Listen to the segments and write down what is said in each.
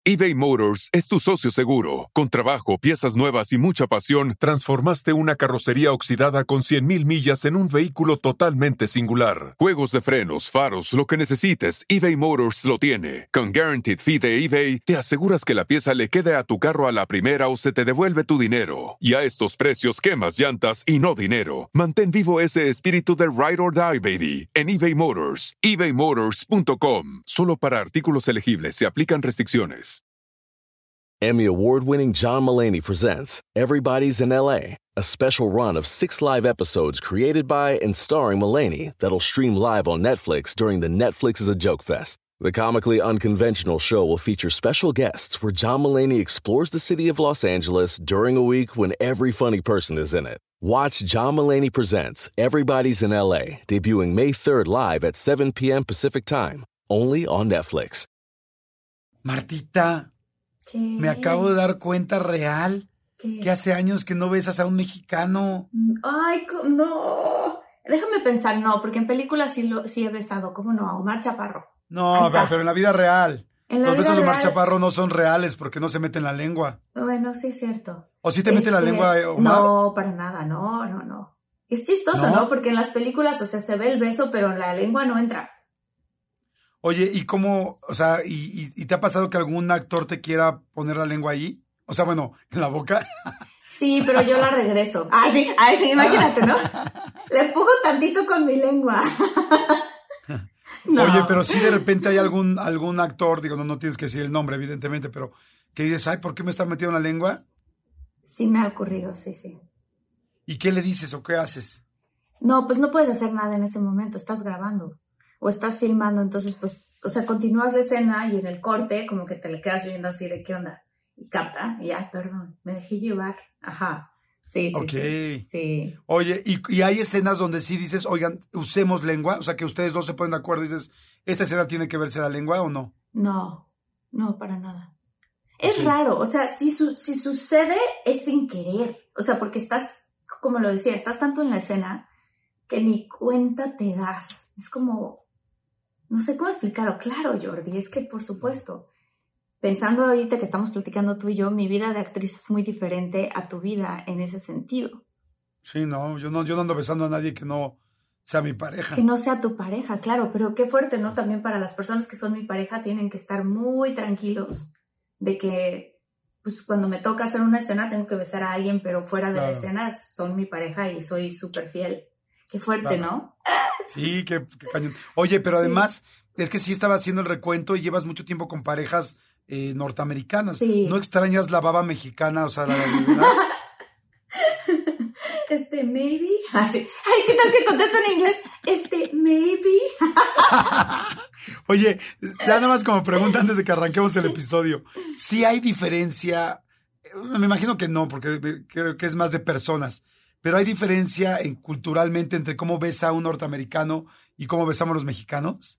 eBay Motors es tu socio seguro. Con trabajo, piezas nuevas y mucha pasión, transformaste una carrocería oxidada con 100,000 millas en un vehículo totalmente singular. Juegos de frenos, faros, lo que necesites, eBay Motors lo tiene. Con Guaranteed Fee de eBay, te aseguras que la pieza le quede a tu carro a la primera o se te devuelve tu dinero. Y a estos precios, quemas llantas y no dinero. Mantén vivo ese espíritu de Ride or Die, baby, en eBay Motors. ebaymotors.com. Solo para artículos elegibles se aplican restricciones. Emmy Award-winning John Mulaney presents Everybody's in L.A., a special run of 6 live episodes created by and starring Mulaney that'll stream live on Netflix during the Netflix is a Joke Fest. The comically unconventional show will feature special guests where John Mulaney explores the city of Los Angeles during a week when every funny person is in it. Watch John Mulaney Presents Everybody's in L.A., debuting May 3rd live at 7 p.m. Pacific Time, only on Netflix. Martita, ¿Qué? me acabo de dar cuenta real ¿Qué? que hace años que no besas a un mexicano. Ay, no. Déjame pensar, no, porque en películas sí he besado, ¿cómo no? A Omar Chaparro. No, Ahí está. pero en la vida real. En la Los vida besos de Omar real- Chaparro no son reales porque no se meten la lengua. Bueno, sí es cierto. ¿O sí te mete la lengua, Omar? No, para nada, no. Es chistoso, ¿No? ¿no? Porque en las películas, o sea, se ve el beso, pero en la lengua no entra. Oye, ¿y cómo, o sea, y te ha pasado que algún actor te quiera poner la lengua ahí? O sea, bueno, en la boca. Sí, pero yo la regreso. Sí, imagínate, ¿no? Le empujo tantito con mi lengua. No. Oye, pero sí de repente hay algún actor, digo, no tienes que decir el nombre, evidentemente, pero que dices, ay, ¿por qué me está metiendo la lengua? Sí me ha ocurrido, sí. ¿Y qué le dices o qué haces? No, pues no puedes hacer nada en ese momento, estás grabando o estás filmando, entonces pues, o sea, continúas la escena y en el corte como que te le quedas viendo así de qué onda y capta y ay, perdón, me dejé llevar, ajá, sí. Ok. Sí. Oye, ¿y hay escenas donde sí dices, oigan, usemos lengua? O sea, que ustedes dos se ponen de acuerdo y dices, ¿esta escena tiene que verse la lengua o no? No, para nada. Es raro, o sea, si sucede es sin querer, o sea, porque estás, como lo decía, estás tanto en la escena que ni cuenta te das, es como, no sé cómo explicarlo. Claro, Jordi, es que por supuesto, pensando ahorita que estamos platicando tú y yo, mi vida de actriz es muy diferente a tu vida en ese sentido. Sí, no, yo no ando besando a nadie que no sea mi pareja. Que no sea tu pareja, claro, pero qué fuerte, ¿no? También para las personas que son mi pareja tienen que estar muy tranquilos de que, pues cuando me toca hacer una escena tengo que besar a alguien, pero fuera de la escena son mi pareja y soy súper fiel. Qué fuerte, claro. ¿No? Sí, qué cañón. Oye, pero además, es que sí estaba haciendo el recuento y llevas mucho tiempo con parejas norteamericanas. Sí. ¿No extrañas la baba mexicana? O sea, la maybe. Sí. Ay, ¿qué tal que contesto en inglés? Maybe. Oye, ya nada más como pregunta antes de que arranquemos el episodio. ¿Sí hay diferencia? Me imagino que no, porque creo que es más de personas. Pero ¿hay diferencia culturalmente entre cómo besa a un norteamericano y cómo besamos los mexicanos?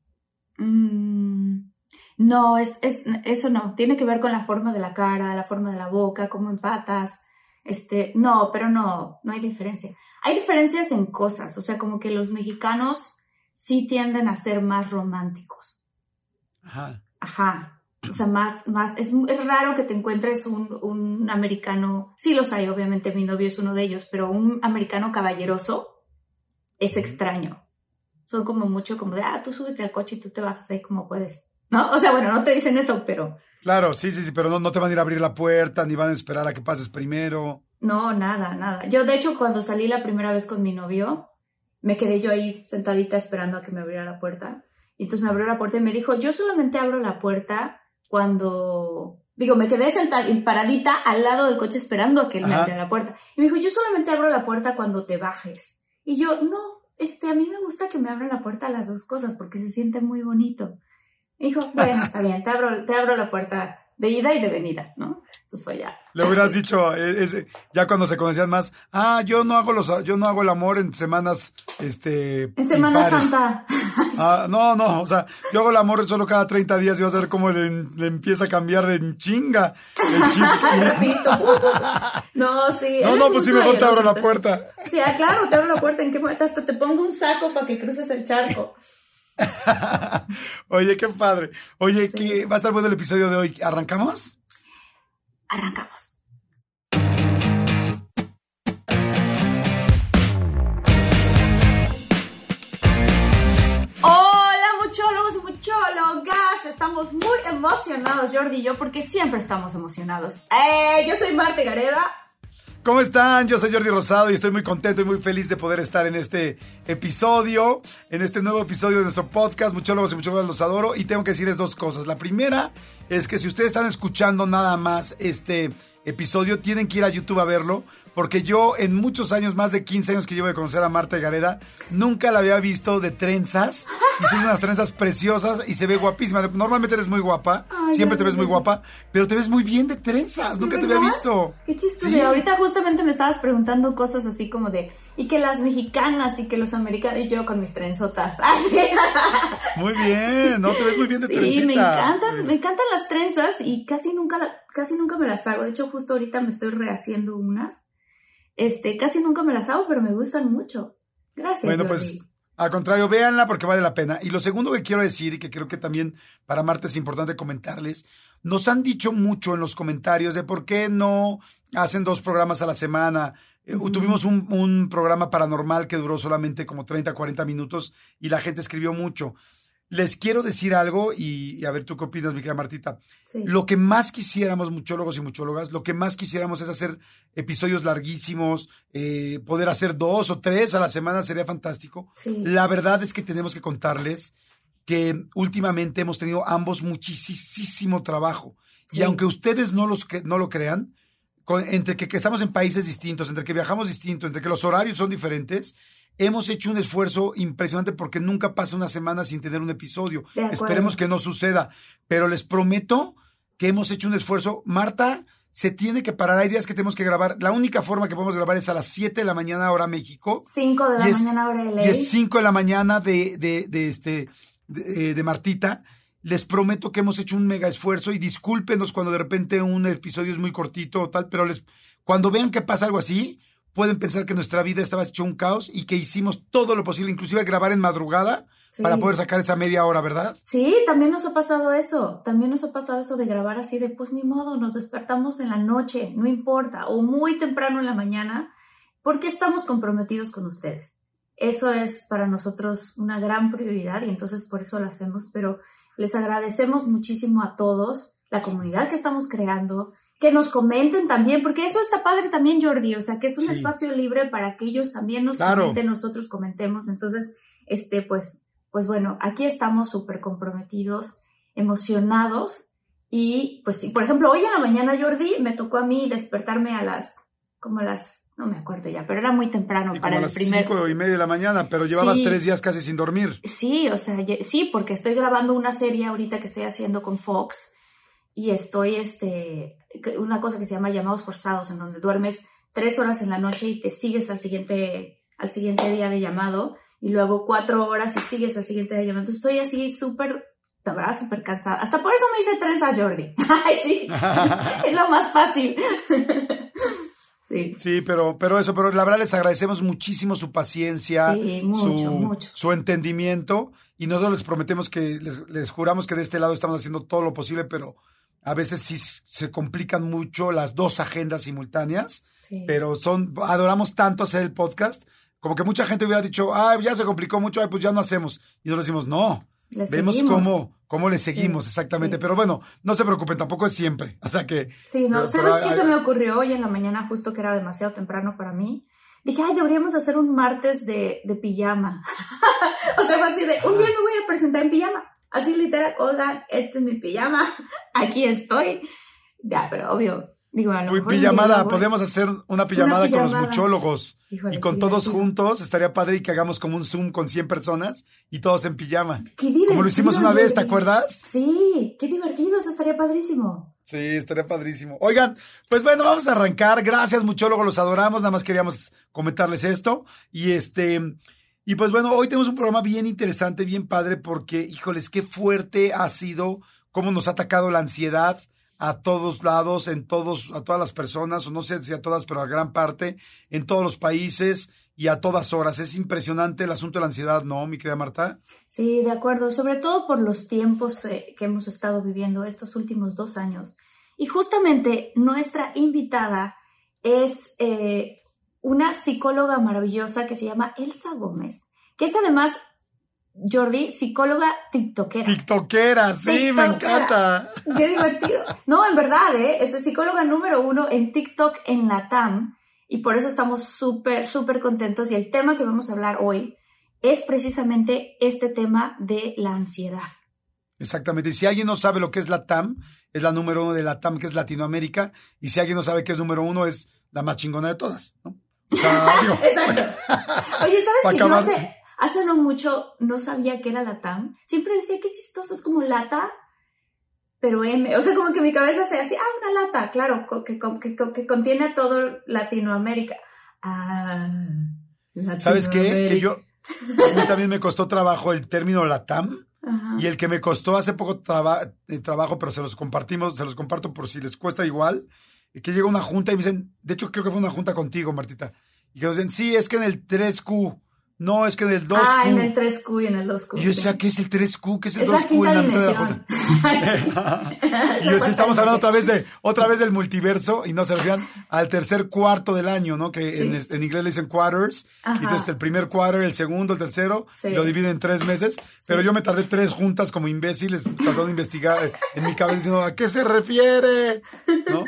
No, eso no. Tiene que ver con la forma de la cara, la forma de la boca, cómo empatas. No, pero no hay diferencia. Hay diferencias en cosas, o sea, como que los mexicanos sí tienden a ser más románticos. Ajá. O sea, más, es raro que te encuentres un americano, sí los hay, obviamente mi novio es uno de ellos, pero un americano caballeroso es extraño. Son como mucho como de, tú súbete al coche y tú te bajas ahí como puedes, ¿no? O sea, bueno, no te dicen eso, pero... Claro, sí, pero no te van a ir a abrir la puerta, ni van a esperar a que pases primero. No, nada. Yo, de hecho, cuando salí la primera vez con mi novio, me quedé yo ahí sentadita esperando a que me abriera la puerta. Y entonces me abrió la puerta y me dijo, yo solamente abro la puerta cuando... me quedé sentada, paradita al lado del coche esperando a que él me abriera la puerta. Y me dijo, yo solamente abro la puerta cuando te bajes. Y yo, no, a mí me gusta que me abran la puerta las dos cosas porque se siente muy bonito. Y dijo, bueno, está bien, te abro la puerta de ida y de venida, ¿no? Entonces fue ya. Le hubieras dicho, ya cuando se conocían más, yo no hago el amor en semanas, en Semana impares. Santa. No, o sea, yo hago el amor solo cada 30 días y vas a ver cómo le empieza a cambiar de chinga el chip. No, sí. No, pues sí, mejor te abro la puerta. Sí, claro, te abro la puerta, ¿en qué momento? Hasta te pongo un saco para que cruces el charco. Oye, qué padre. Oye, que va a estar bueno el episodio de hoy. ¿Arrancamos? Arrancamos. Muchólogos y muchólogas, estamos muy emocionados, Jordi y yo, porque siempre estamos emocionados. Yo soy Marta Gareda. ¿Cómo están? Yo soy Jordi Rosado y estoy muy contento y muy feliz de poder estar en este episodio, en este nuevo episodio de nuestro podcast, Muchólogos y Muchólogas los adoro. Y tengo que decirles dos cosas. La primera es que si ustedes están escuchando nada más este episodio, tienen que ir a YouTube a verlo, porque yo en muchos años, más de 15 años que llevo de conocer a Marta Gareda, nunca la había visto de trenzas. Y son unas trenzas preciosas y se ve guapísima. Normalmente eres muy guapa, siempre te ves muy guapa, pero te ves muy bien de trenzas. Nunca te había visto. Qué chistoso. Sí. Ahorita justamente me estabas preguntando cosas así como de, y que las mexicanas y que los americanos, y yo con mis trenzotas. Muy bien, ¿no? Te ves muy bien de trencita. Sí, me encantan las trenzas y casi nunca me las hago. De hecho, justo ahorita me estoy rehaciendo unas. Casi nunca me las hago, pero me gustan mucho. Gracias, bueno, Jordi. Pues al contrario, véanla porque vale la pena. Y lo segundo que quiero decir, y que creo que también para Marta es importante comentarles, nos han dicho mucho en los comentarios de por qué no hacen 2 programas a la semana. Tuvimos un programa paranormal que duró solamente como 30, 40 minutos y la gente escribió mucho. Les quiero decir algo y a ver tú qué opinas, mi querida Martita. Sí. Lo que más quisiéramos, muchólogos y muchólogas, lo que más quisiéramos es hacer episodios larguísimos, poder hacer 2 o 3 a la semana sería fantástico. Sí. La verdad es que tenemos que contarles que últimamente hemos tenido ambos muchísimo trabajo. Sí. Y aunque ustedes no lo crean, entre que estamos en países distintos, entre que viajamos distinto, entre que los horarios son diferentes, hemos hecho un esfuerzo impresionante porque nunca pasa una semana sin tener un episodio. Esperemos que no suceda, pero les prometo que hemos hecho un esfuerzo. Marta se tiene que parar, hay días que tenemos que grabar. La única forma que podemos grabar es a las 7 de la mañana hora México. 5 de la mañana hora LA. Y es 5 de la mañana de Martita. Les prometo que hemos hecho un mega esfuerzo y discúlpenos cuando de repente un episodio es muy cortito o tal, pero cuando vean que pasa algo así, pueden pensar que nuestra vida estaba hecho un caos y que hicimos todo lo posible, inclusive grabar en madrugada para poder sacar esa media hora, ¿verdad? Sí, también nos ha pasado eso. También nos ha pasado eso de grabar así de, pues ni modo, nos despertamos en la noche, no importa, o muy temprano en la mañana, porque estamos comprometidos con ustedes. Eso es para nosotros una gran prioridad y entonces por eso lo hacemos, pero les agradecemos muchísimo a todos, la comunidad que estamos creando, que nos comenten también, porque eso está padre también, Jordi, o sea, que es un espacio libre para que ellos también nos comenten, nosotros comentemos. Entonces, pues bueno, aquí estamos súper comprometidos, emocionados, y pues sí, por ejemplo, hoy en la mañana, Jordi, me tocó a mí despertarme no me acuerdo ya, pero era muy temprano para el primer... Como a las 5:30 de la mañana, pero llevabas 3 días casi sin dormir. Sí, o sea, sí, porque estoy grabando una serie ahorita que estoy haciendo con Fox, y estoy, una cosa que se llama llamados forzados, en donde duermes 3 horas en la noche y te sigues al siguiente día de llamado, y luego 4 horas y sigues al siguiente día de llamado. Entonces estoy así súper cansada. Hasta por eso me hice trenzas, Jordi. Ay, sí, es lo más fácil. Sí, pero la verdad les agradecemos muchísimo su paciencia, mucho. Su entendimiento, y nosotros les prometemos que les juramos que de este lado estamos haciendo todo lo posible, pero a veces sí se complican mucho las 2 agendas simultáneas, pero adoramos tanto hacer el podcast, como que mucha gente hubiera dicho, ya se complicó mucho, pues ya no hacemos, y nosotros decimos, no, vemos cómo le seguimos, exactamente. Pero bueno, no se preocupen, tampoco es siempre. O sea que... Sí, no, ¿sabes qué se me ocurrió hoy en la mañana, justo que era demasiado temprano para mí? Dije, deberíamos hacer un martes de pijama. O sea, así de, un día me voy a presentar en pijama. Así literal, oigan, este es mi pijama, aquí estoy. Ya, pero obvio... Digo, pijamada, podemos hacer una pijamada con los muchólogos. Híjole, y con todos juntos, estaría padre y que hagamos como un Zoom con 100 personas y todos en pijama. Qué divertido. Como lo hicimos una vez, ¿te acuerdas? Sí, qué divertido, eso estaría padrísimo. Sí, estaría padrísimo. Oigan, pues bueno, vamos a arrancar. Gracias, muchólogos, los adoramos. Nada más queríamos comentarles esto. Y pues bueno, hoy tenemos un programa bien interesante, bien padre, porque, híjoles, qué fuerte ha sido, cómo nos ha atacado la ansiedad a todos lados, a todas las personas, o no sé si a todas, pero a gran parte, en todos los países. y a todas horas. Es impresionante el asunto de la ansiedad, ¿no, mi querida Marta? Sí, de acuerdo, sobre todo por los tiempos que hemos estado viviendo estos últimos 2 años. Y justamente nuestra invitada es una psicóloga maravillosa que se llama Elsa Gómez, que es además, Jordi, psicóloga tiktokera. Tiktokera, sí, me encanta. Qué divertido. No, en verdad, es psicóloga número 1 en TikTok en Latam, y por eso estamos súper, súper contentos. Y el tema que vamos a hablar hoy es precisamente este tema de la ansiedad. Exactamente. Y si alguien no sabe lo que es Latam, es la número 1 de Latam, que es Latinoamérica. Y si alguien no sabe qué es número 1, es la más chingona de todas, ¿no? O sea, digo, exacto. Oye, ¿sabes qué? acabar... No sé, hace no mucho no sabía qué era Latam. Siempre decía, qué chistoso, es como lata, pero M. O sea, como que mi cabeza se hacía, una lata, claro, que contiene a todo Latinoamérica. Latinoamérica. ¿Sabes qué? Que a mí también me costó trabajo el término Latam. Ajá. Y el que me costó hace poco trabajo, pero se los comparto por si les cuesta igual, que llega una junta y me dicen, de hecho creo que fue una junta contigo, Martita, y que nos dicen, sí, es que en el 3Q, no, es que en el 2Q. En el 3Q y en el 2Q. Y yo decía, ¿qué es el 3Q? ¿Qué es el es 2Q en la mitad de la dimensión. junta? Y yo decía, estamos hablando otra vez del multiverso, y no se refieren al tercer cuarto del año, ¿no? Que sí. en inglés le dicen quarters. Ajá. Y entonces el primer quarter, el segundo, el tercero, sí. Lo dividen en 3 meses. Sí. Pero yo me tardé 3 juntas como imbéciles tratando de investigar en mi cabeza diciendo, ¿a qué se refiere? ¿No?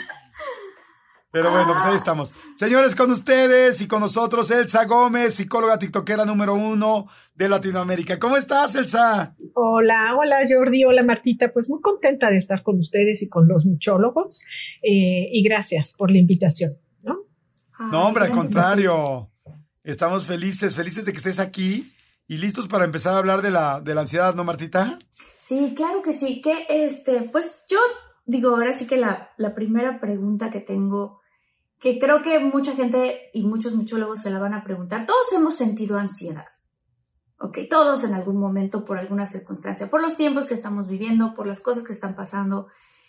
Pero bueno, pues ahí estamos. Señores, con ustedes y con nosotros, Elsa Gómez, psicóloga tiktokera número 1 de Latinoamérica. ¿Cómo estás, Elsa? Hola Jordi, hola Martita. Pues muy contenta de estar con ustedes y con los muchólogos. Y gracias por la invitación, ¿no? No, hombre, al contrario. Estamos felices de que estés aquí y listos para empezar a hablar de la ansiedad, ¿no, Martita? Sí, claro que sí. Que pues yo digo, ahora sí que la primera pregunta que tengo, que creo que mucha gente y muchos muchólogos se la van a preguntar. Todos hemos sentido ansiedad, ¿ok? Todos en algún momento, por alguna circunstancia, por los tiempos que estamos viviendo, por las cosas que están pasando.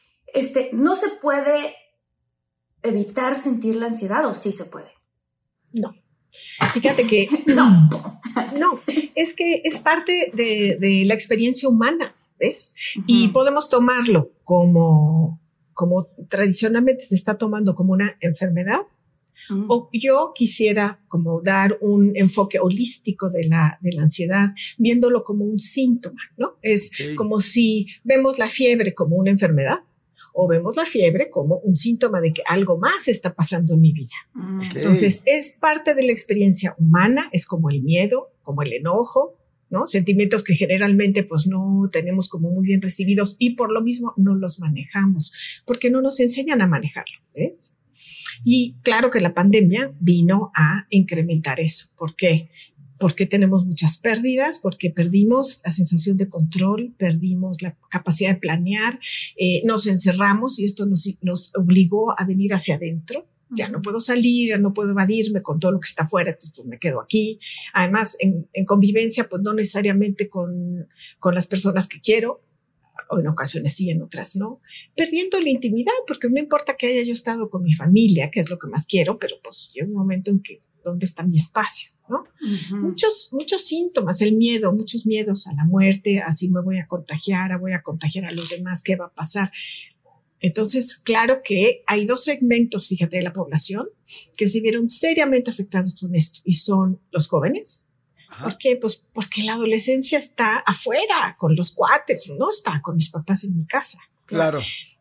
¿No se puede evitar sentir la ansiedad o sí se puede? No. Fíjate que no, es que es parte de la experiencia humana, ¿ves? Uh-huh. Y podemos tomarlo como tradicionalmente se está tomando como una enfermedad, uh-huh. O yo quisiera como dar un enfoque holístico de la ansiedad, viéndolo como un síntoma, ¿no? Es como si vemos la fiebre como una enfermedad, o vemos la fiebre como un síntoma de que algo más está pasando en mi vida. Okay. Entonces, es parte de la experiencia humana, es como el miedo, como el enojo, ¿no? Sentimientos que generalmente pues no tenemos como muy bien recibidos y por lo mismo no los manejamos, porque no nos enseñan a manejarlo, ¿ves? Y claro que la pandemia vino a incrementar eso. ¿Por qué? Porque tenemos muchas pérdidas, porque perdimos la sensación de control, perdimos la capacidad de planear, nos encerramos y esto nos obligó a venir hacia adentro. Ya no puedo salir, ya no puedo evadirme con todo lo que está afuera, entonces pues me quedo aquí. Además, en convivencia, pues no necesariamente con las personas que quiero, o en ocasiones sí, en otras no. Perdiendo la intimidad, porque no importa que haya yo estado con mi familia, que es lo que más quiero, pero pues llega un momento en que, ¿dónde está mi espacio? ¿No? Uh-huh. Muchos síntomas, el miedo, muchos miedos a la muerte, así me voy a contagiar a los demás, ¿qué va a pasar? Entonces, claro que hay 2 segmentos, fíjate, de la población que se vieron seriamente afectados con esto y son los jóvenes. Ajá. ¿Por qué? Pues porque la adolescencia está afuera con los cuates, no está con mis papás en mi casa. Claro.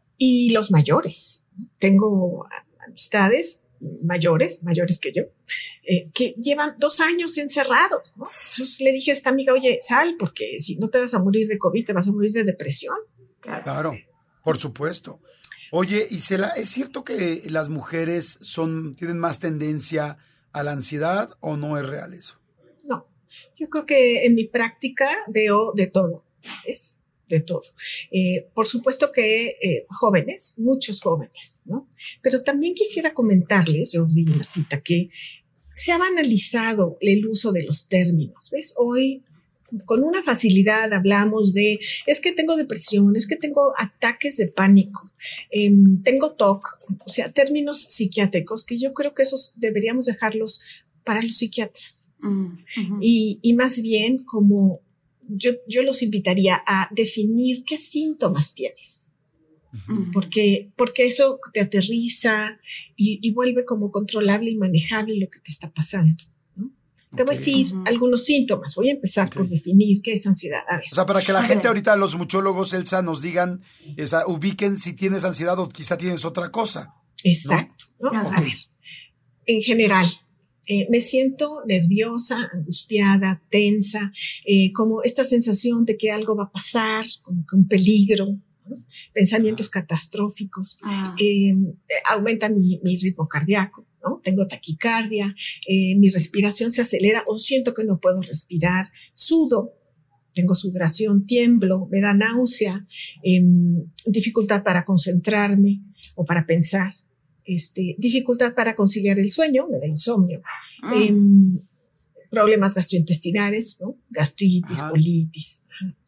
Y los mayores. Tengo amistades mayores que yo, que llevan 2 años encerrados, ¿no? Entonces le dije a esta amiga, oye, sal, porque si no te vas a morir de COVID, te vas a morir de depresión. Claro. Por supuesto. Oye, Isela, ¿es cierto que las mujeres tienen más tendencia a la ansiedad o no es real eso? No, yo creo que en mi práctica veo de todo, ¿ves? De todo. Por supuesto que jóvenes, muchos jóvenes, ¿no? Pero también quisiera comentarles, Jordi y Martita, que se ha banalizado el uso de los términos, ¿ves? Hoy con una facilidad hablamos de, es que tengo depresión, es que tengo ataques de pánico, tengo TOC, o sea, términos psiquiátricos que yo creo que esos deberíamos dejarlos para los psiquiatras. Y más bien como yo los invitaría a definir qué síntomas tienes. Porque eso te aterriza y vuelve como controlable y manejable lo que te está pasando. Te voy a decir algunos síntomas. Voy a empezar por definir qué es ansiedad. A ver. O sea, para que la gente ahorita, los muchólogos, Elsa, nos digan, ubiquen si tienes ansiedad o quizá tienes otra cosa. Exacto. ¿No? A ver, en general, me siento nerviosa, angustiada, tensa, como esta sensación de que algo va a pasar, como que un peligro, ¿no? Pensamientos catastróficos, aumenta mi ritmo cardíaco, ¿no? Tengo taquicardia, mi respiración se acelera o siento que no puedo respirar, sudo, tengo sudoración, tiemblo, me da náusea, dificultad para concentrarme o para pensar, dificultad para conciliar el sueño, me da insomnio, problemas gastrointestinales, ¿no? Gastritis, colitis.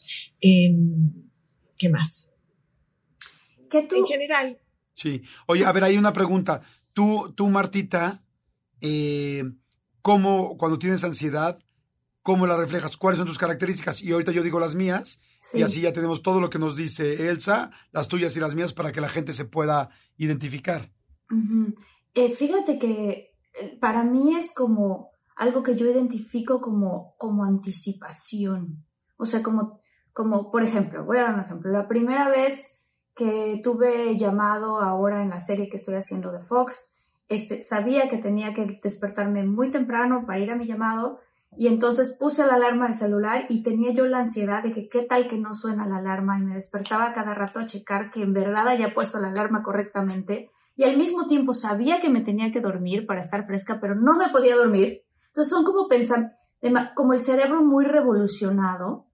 ¿Qué más? En general. Sí. Oye, a ver, hay una pregunta. Tú, Martita, ¿cómo, cuando tienes ansiedad, cómo la reflejas? ¿Cuáles son tus características? Y ahorita yo digo las mías, y así ya tenemos todo lo que nos dice Elsa, las tuyas y las mías, para que la gente se pueda identificar. Fíjate que para mí es como algo que yo identifico como anticipación. O sea, como por ejemplo, voy a dar un ejemplo. La primera vez que tuve llamado ahora en la serie que estoy haciendo de Fox, sabía que tenía que despertarme muy temprano para ir a mi llamado, y entonces puse la alarma del celular y tenía yo la ansiedad de que qué tal que no suena la alarma, y me despertaba cada rato a checar que en verdad haya puesto la alarma correctamente, y al mismo tiempo sabía que me tenía que dormir para estar fresca, pero no me podía dormir. Entonces son como como el cerebro muy revolucionado.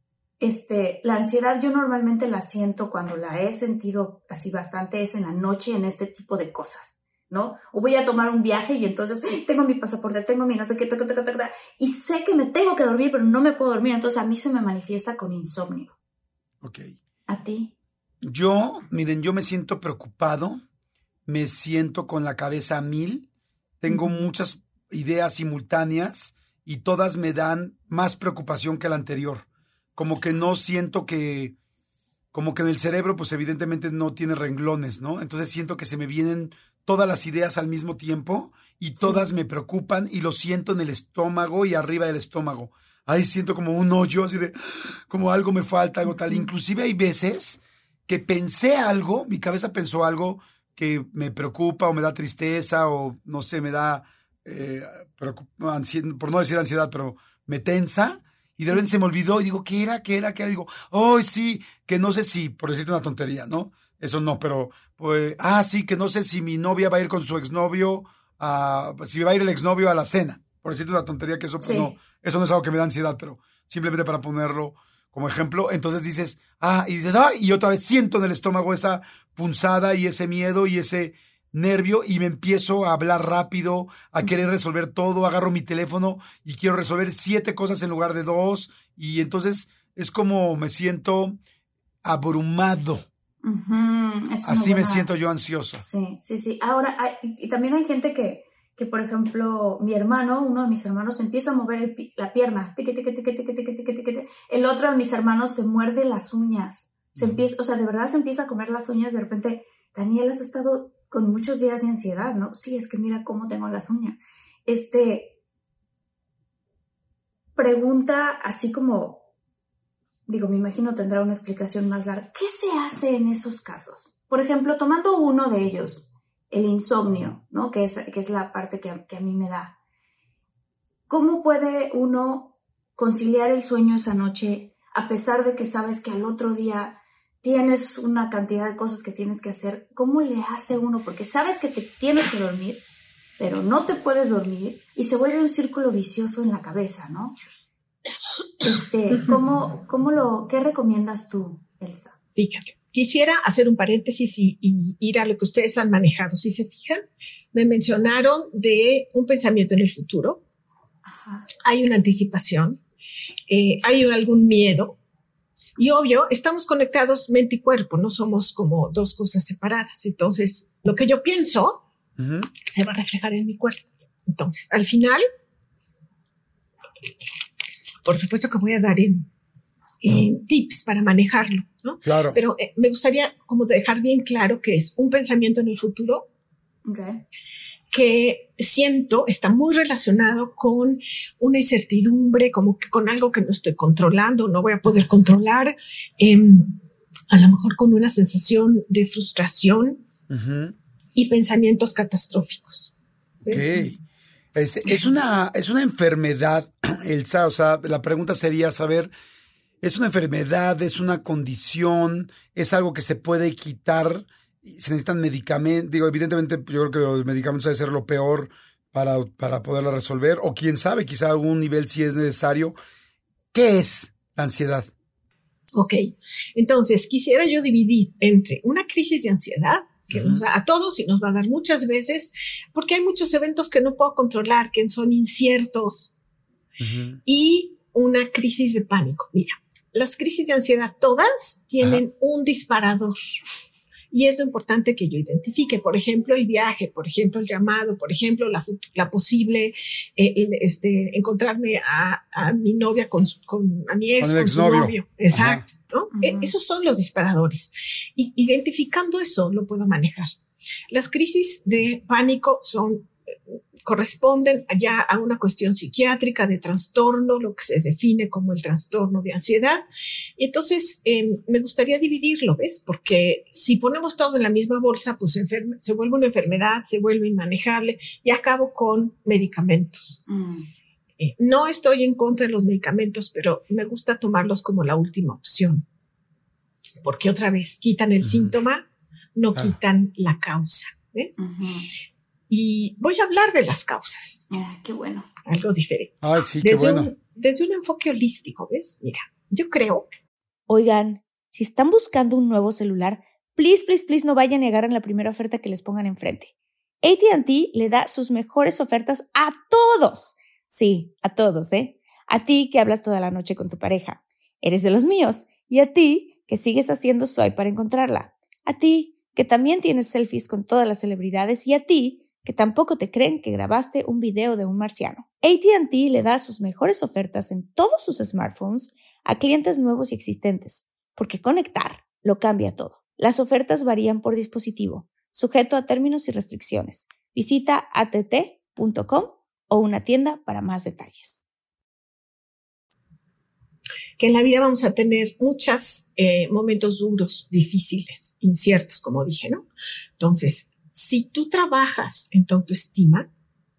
La ansiedad yo normalmente la siento cuando la he sentido así bastante es en la noche, en este tipo de cosas, ¿no? O voy a tomar un viaje y entonces tengo mi pasaporte, tengo mi no sé qué, y sé que me tengo que dormir, pero no me puedo dormir, entonces a mí se me manifiesta con insomnio. Ok. ¿A ti? Miren, yo me siento preocupado, me siento con la cabeza a 1000, tengo muchas ideas simultáneas y todas me dan más preocupación que la anterior. Como que no siento que, como que en el cerebro, pues evidentemente no tiene renglones, ¿no? Entonces siento que se me vienen todas las ideas al mismo tiempo y todas me preocupan y lo siento en el estómago y arriba del estómago. Ahí siento como un hoyo, así de, como algo me falta, algo tal. Inclusive hay veces que pensé algo, mi cabeza pensó algo que me preocupa o me da tristeza o no sé, me da, por no decir ansiedad, pero me tensa. Y de repente se me olvidó y digo, ¿qué era? Digo, sí, que no sé si, por decirte una tontería, ¿no? Eso no, pero, pues, sí, que no sé si mi novia va a ir con su exnovio, si va a ir el exnovio a la cena. Por decirte una tontería, que eso, pues no, eso no es algo que me da ansiedad, pero simplemente para ponerlo como ejemplo. Entonces dices, y otra vez siento en el estómago esa punzada y ese miedo y ese nervio y me empiezo a hablar rápido, a querer resolver todo, agarro mi teléfono y quiero resolver 7 cosas en lugar de 2 y entonces es como me siento abrumado. Así me siento yo ansioso. Sí. Ahora, y también hay gente que por ejemplo, uno de mis hermanos empieza a mover la pierna, el otro de mis hermanos se muerde las uñas, de verdad se empieza a comer las uñas, de repente, Daniel, has estado con muchos días de ansiedad, ¿no? Sí, es que mira cómo tengo las uñas. Pregunta así como, digo, me imagino tendrá una explicación más larga. ¿Qué se hace en esos casos? Por ejemplo, tomando uno de ellos, el insomnio, ¿no? Que es la parte que a mí me da. ¿Cómo puede uno conciliar el sueño esa noche a pesar de que sabes que al otro día tienes una cantidad de cosas que tienes que hacer? ¿Cómo le hace uno? Porque sabes que te tienes que dormir, pero no te puedes dormir y se vuelve un círculo vicioso en la cabeza, ¿no? ¿Qué recomiendas tú, Elsa? Fíjate, quisiera hacer un paréntesis y ir a lo que ustedes han manejado. Si se fijan, me mencionaron de un pensamiento en el futuro. Ajá. Hay una anticipación, hay algún miedo. Y obvio, estamos conectados mente y cuerpo, no somos como dos cosas separadas. Entonces, lo que yo pienso se va a reflejar en mi cuerpo. Entonces, al final, por supuesto que voy a dar tips para manejarlo, ¿no? Claro. Pero me gustaría como dejar bien claro que es un pensamiento en el futuro que siento está muy relacionado con una incertidumbre, como que con algo que no estoy controlando, no voy a poder controlar, a lo mejor con una sensación de frustración y pensamientos catastróficos. Ok. Es una enfermedad, Elsa, o sea, la pregunta sería saber, ¿es una enfermedad, es una condición, es algo que se puede quitar? ¿Se necesitan medicamentos? Digo, evidentemente yo creo que los medicamentos deben ser lo peor para poderla resolver, o quién sabe, quizá a algún nivel sí es necesario. ¿Qué es la ansiedad? Ok, entonces quisiera yo dividir entre una crisis de ansiedad que nos da a todos y nos va a dar muchas veces, porque hay muchos eventos que no puedo controlar, que son inciertos, y una crisis de pánico. Mira, las crisis de ansiedad todas tienen un disparador. Y es lo importante que yo identifique, por ejemplo, el viaje, por ejemplo, el llamado, por ejemplo, la posible, encontrarme a mi novia a mi ex, con su novio. Exacto, ¿no? Esos son los disparadores. Y identificando eso, lo puedo manejar. Las crisis de pánico corresponden ya a una cuestión psiquiátrica de trastorno, lo que se define como el trastorno de ansiedad. Y entonces me gustaría dividirlo, ¿ves? Porque si ponemos todo en la misma bolsa, pues se vuelve una enfermedad, se vuelve inmanejable y acabo con medicamentos. No estoy en contra de los medicamentos, pero me gusta tomarlos como la última opción. Porque otra vez, quitan el síntoma, no quitan la causa, ¿ves? Y voy a hablar de las causas. Qué bueno. Algo diferente. Ay, sí, qué bueno. Desde un enfoque holístico, ¿ves? Mira, yo creo. Oigan, si están buscando un nuevo celular, please no vayan y agarren la primera oferta que les pongan enfrente. AT&T le da sus mejores ofertas a todos. Sí, a todos, ¿eh? A ti que hablas toda la noche con tu pareja. Eres de los míos. Y a ti que sigues haciendo swipe para encontrarla. A ti que también tienes selfies con todas las celebridades. Y a ti que tampoco te creen que grabaste un video de un marciano. AT&T le da sus mejores ofertas en todos sus smartphones a clientes nuevos y existentes, porque conectar lo cambia todo. Las ofertas varían por dispositivo, sujeto a términos y restricciones. Visita att.com o una tienda para más detalles. Que en la vida vamos a tener muchos momentos duros, difíciles, inciertos, como dije, ¿no? Entonces, si tú trabajas en tu autoestima,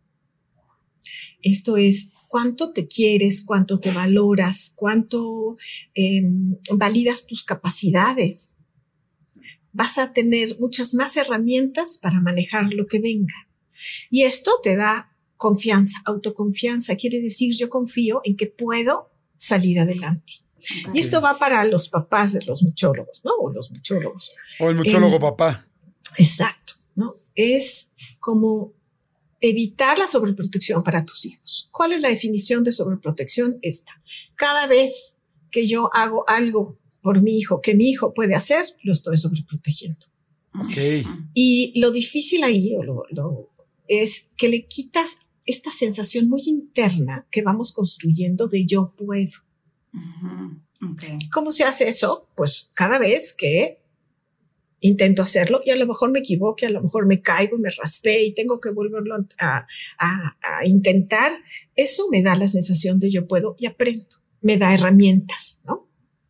esto es cuánto te quieres, cuánto te valoras, cuánto validas tus capacidades, vas a tener muchas más herramientas para manejar lo que venga. Y esto te da confianza, autoconfianza. Quiere decir, yo confío en que puedo salir adelante. Okay. Y esto va para los papás de los muchólogos, ¿no? O los muchólogos. O el muchólogo papá. Exacto. ¿No? Es como evitar la sobreprotección para tus hijos. ¿Cuál es la definición de sobreprotección? Esta. Cada vez que yo hago algo por mi hijo que mi hijo puede hacer, lo estoy sobreprotegiendo. Okay. Y lo difícil ahí es que le quitas esta sensación muy interna que vamos construyendo de yo puedo. Okay. ¿Cómo se hace eso? Pues cada vez que intento hacerlo y a lo mejor me equivoque, a lo mejor me caigo y me raspé y tengo que volverlo a intentar. Eso me da la sensación de yo puedo y aprendo. Me da herramientas, ¿no?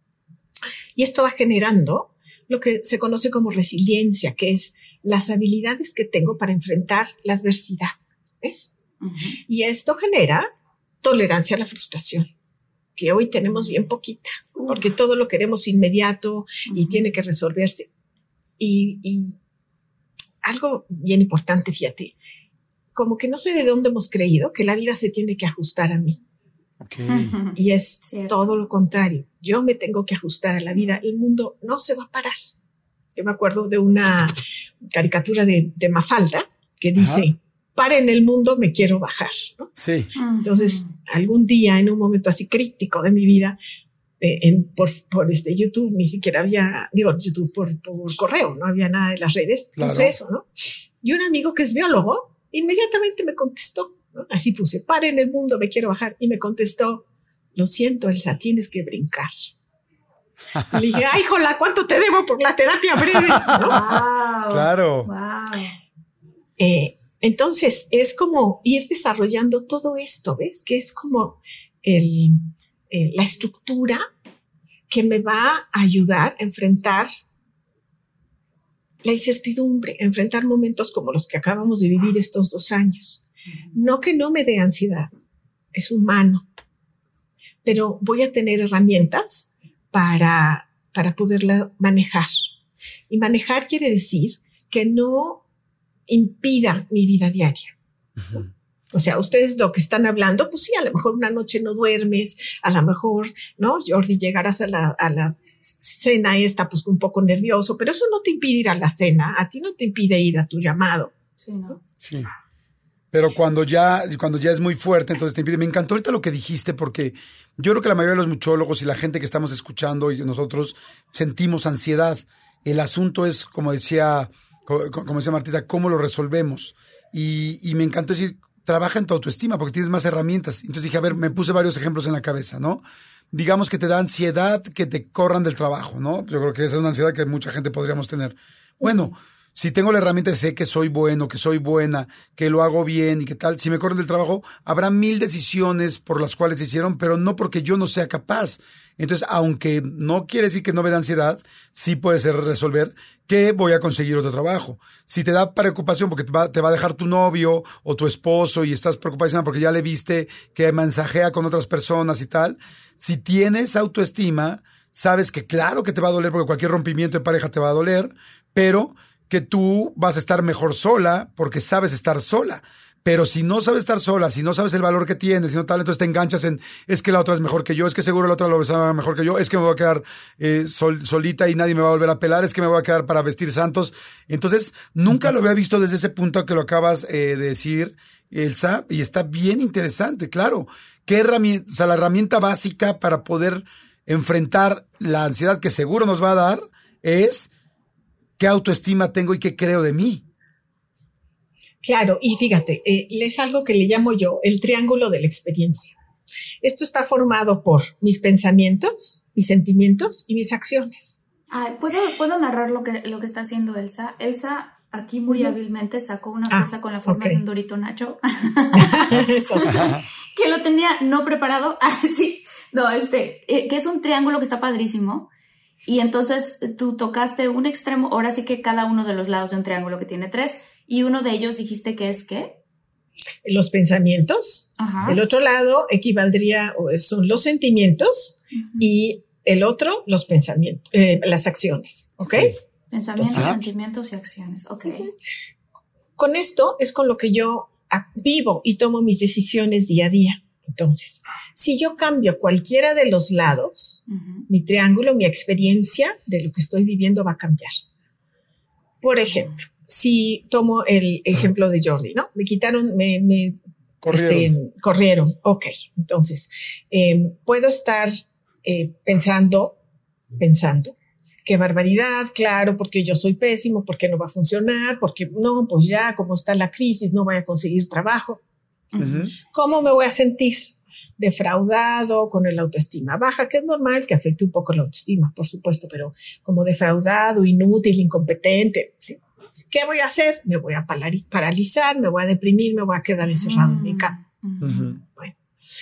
Y esto va generando lo que se conoce como resiliencia, que es las habilidades que tengo para enfrentar la adversidad, ¿ves? Y esto genera tolerancia a la frustración, que hoy tenemos bien poquita, porque todo lo queremos inmediato y tiene que resolverse. Y algo bien importante, fíjate, como que no sé de dónde hemos creído que la vida se tiene que ajustar a mí. Okay. Y es Cierto. todo lo contrario. Yo me tengo que ajustar a la vida. El mundo no se va a parar. Yo me acuerdo de una caricatura de Mafalda que dice, paren el mundo, me quiero bajar, ¿no? Sí. Entonces, algún día, en un momento así crítico de mi vida, por YouTube, ni siquiera había, YouTube por correo, no había nada de las redes, claro. Entonces eso, ¿no? Y un amigo que es biólogo, inmediatamente me contestó ¿no? Así puse, paren el mundo, me quiero bajar. Y me contestó, lo siento, Elsa, tienes que brincar. Y le dije, ay, jola, ¿cuánto te debo por la terapia breve? ¿No? Wow, Claro. Wow. Entonces, es como ir desarrollando todo esto, ¿ves? Que es como la estructura que me va a ayudar a enfrentar la incertidumbre, a enfrentar momentos como los que acabamos de vivir estos 2 años. No que no me dé ansiedad, es humano, pero voy a tener herramientas para poderla manejar. Y manejar quiere decir que no impida mi vida diaria. Uh-huh. O sea, ustedes lo que están hablando, pues sí, a lo mejor una noche no duermes, a lo mejor, ¿no? Jordi, llegarás a la cena esta, pues un poco nervioso, pero eso no te impide ir a la cena, a ti no te impide ir a tu llamado. Sí, ¿no? Sí. Pero cuando ya es muy fuerte, entonces te impide. Me encantó ahorita lo que dijiste, porque yo creo que la mayoría de los muchólogos y la gente que estamos escuchando y nosotros sentimos ansiedad. El asunto es, como decía Martita, cómo lo resolvemos. Y me encantó decir, trabaja en tu autoestima porque tienes más herramientas. Entonces dije, a ver, me puse varios ejemplos en la cabeza, ¿no? Digamos que te da ansiedad que te corran del trabajo, ¿no? Yo creo que esa es una ansiedad que mucha gente podríamos tener. Bueno, si tengo la herramienta de sé que soy bueno, que soy buena, que lo hago bien y que tal, si me corren del trabajo, habrá 1000 decisiones por las cuales se hicieron, pero no porque yo no sea capaz. Entonces, aunque no quiere decir que no me da ansiedad, sí puede ser resolver que voy a conseguir otro trabajo. Si te da preocupación porque te va a dejar tu novio o tu esposo y estás preocupadísima porque ya le viste que mensajea con otras personas y tal, si tienes autoestima, sabes que claro que te va a doler porque cualquier rompimiento de pareja te va a doler, pero que tú vas a estar mejor sola porque sabes estar sola. Pero si no sabes estar sola, si no sabes el valor que tienes, si no tal, entonces te enganchas en, es que la otra es mejor que yo, es que seguro la otra lo besaba mejor que yo, es que me voy a quedar solita y nadie me va a volver a pelar, es que me voy a quedar para vestir santos. Entonces, nunca lo había visto desde ese punto que lo acabas de decir, Elsa, y está bien interesante, claro. ¿Qué herramienta, o sea, la herramienta básica para poder enfrentar la ansiedad que seguro nos va a dar es qué autoestima tengo y qué creo de mí? Claro, y fíjate, es algo que le llamo yo el triángulo de la experiencia. Esto está formado por mis pensamientos, mis sentimientos y mis acciones. Ay, ¿puedo narrar lo que está haciendo Elsa? Elsa aquí muy hábilmente sacó una cosa con la forma de un Dorito Nacho. Que lo tenía no preparado. Sí, no, que es un triángulo que está padrísimo. Y entonces tú tocaste un extremo, ahora sí que cada uno de los lados de un triángulo que tiene 3, y uno de ellos dijiste que es ¿qué? Los pensamientos. Ajá. El otro lado equivaldría, son los sentimientos, y el otro, los pensamientos, las acciones, ¿ok? Pensamientos, sentimientos y acciones, ok. Con esto es con lo que yo vivo y tomo mis decisiones día a día. Entonces, si yo cambio cualquiera de los lados, mi triángulo, mi experiencia de lo que estoy viviendo va a cambiar. Por ejemplo, si tomo el ejemplo de Jordi, ¿no? Me quitaron, me corrieron. Ok, entonces, puedo estar pensando, qué barbaridad, claro, porque yo soy pésimo, porque no va a funcionar, porque no, pues ya, como está la crisis, no voy a conseguir trabajo. ¿Cómo me voy a sentir? Defraudado, con el autoestima baja, que es normal que afecte un poco la autoestima, por supuesto, pero como defraudado, inútil, incompetente, ¿sí? ¿Qué voy a hacer? Me voy a paralizar, me voy a deprimir, me voy a quedar encerrado en mi cama. Bueno,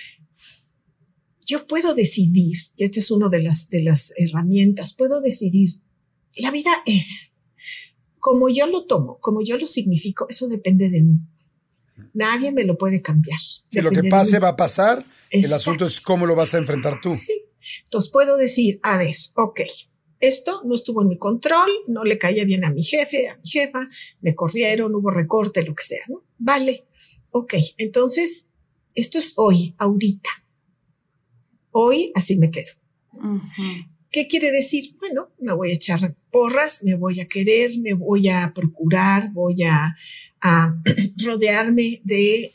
yo puedo decidir, y esta es una de las herramientas, puedo decidir, la vida es, como yo lo tomo, como yo lo significo, eso depende de mí. Nadie me lo puede cambiar. Si lo que pase va a pasar, exacto. El asunto es cómo lo vas a enfrentar tú. Sí. Entonces puedo decir, a ver, ok, esto no estuvo en mi control, no le caía bien a mi jefe, a mi jefa, me corrieron, hubo recorte, lo que sea, ¿no? Vale, ok, entonces esto es hoy, ahorita. Hoy así me quedo. ¿Qué quiere decir? Bueno, me voy a echar porras, me voy a querer, me voy a procurar, voy a rodearme de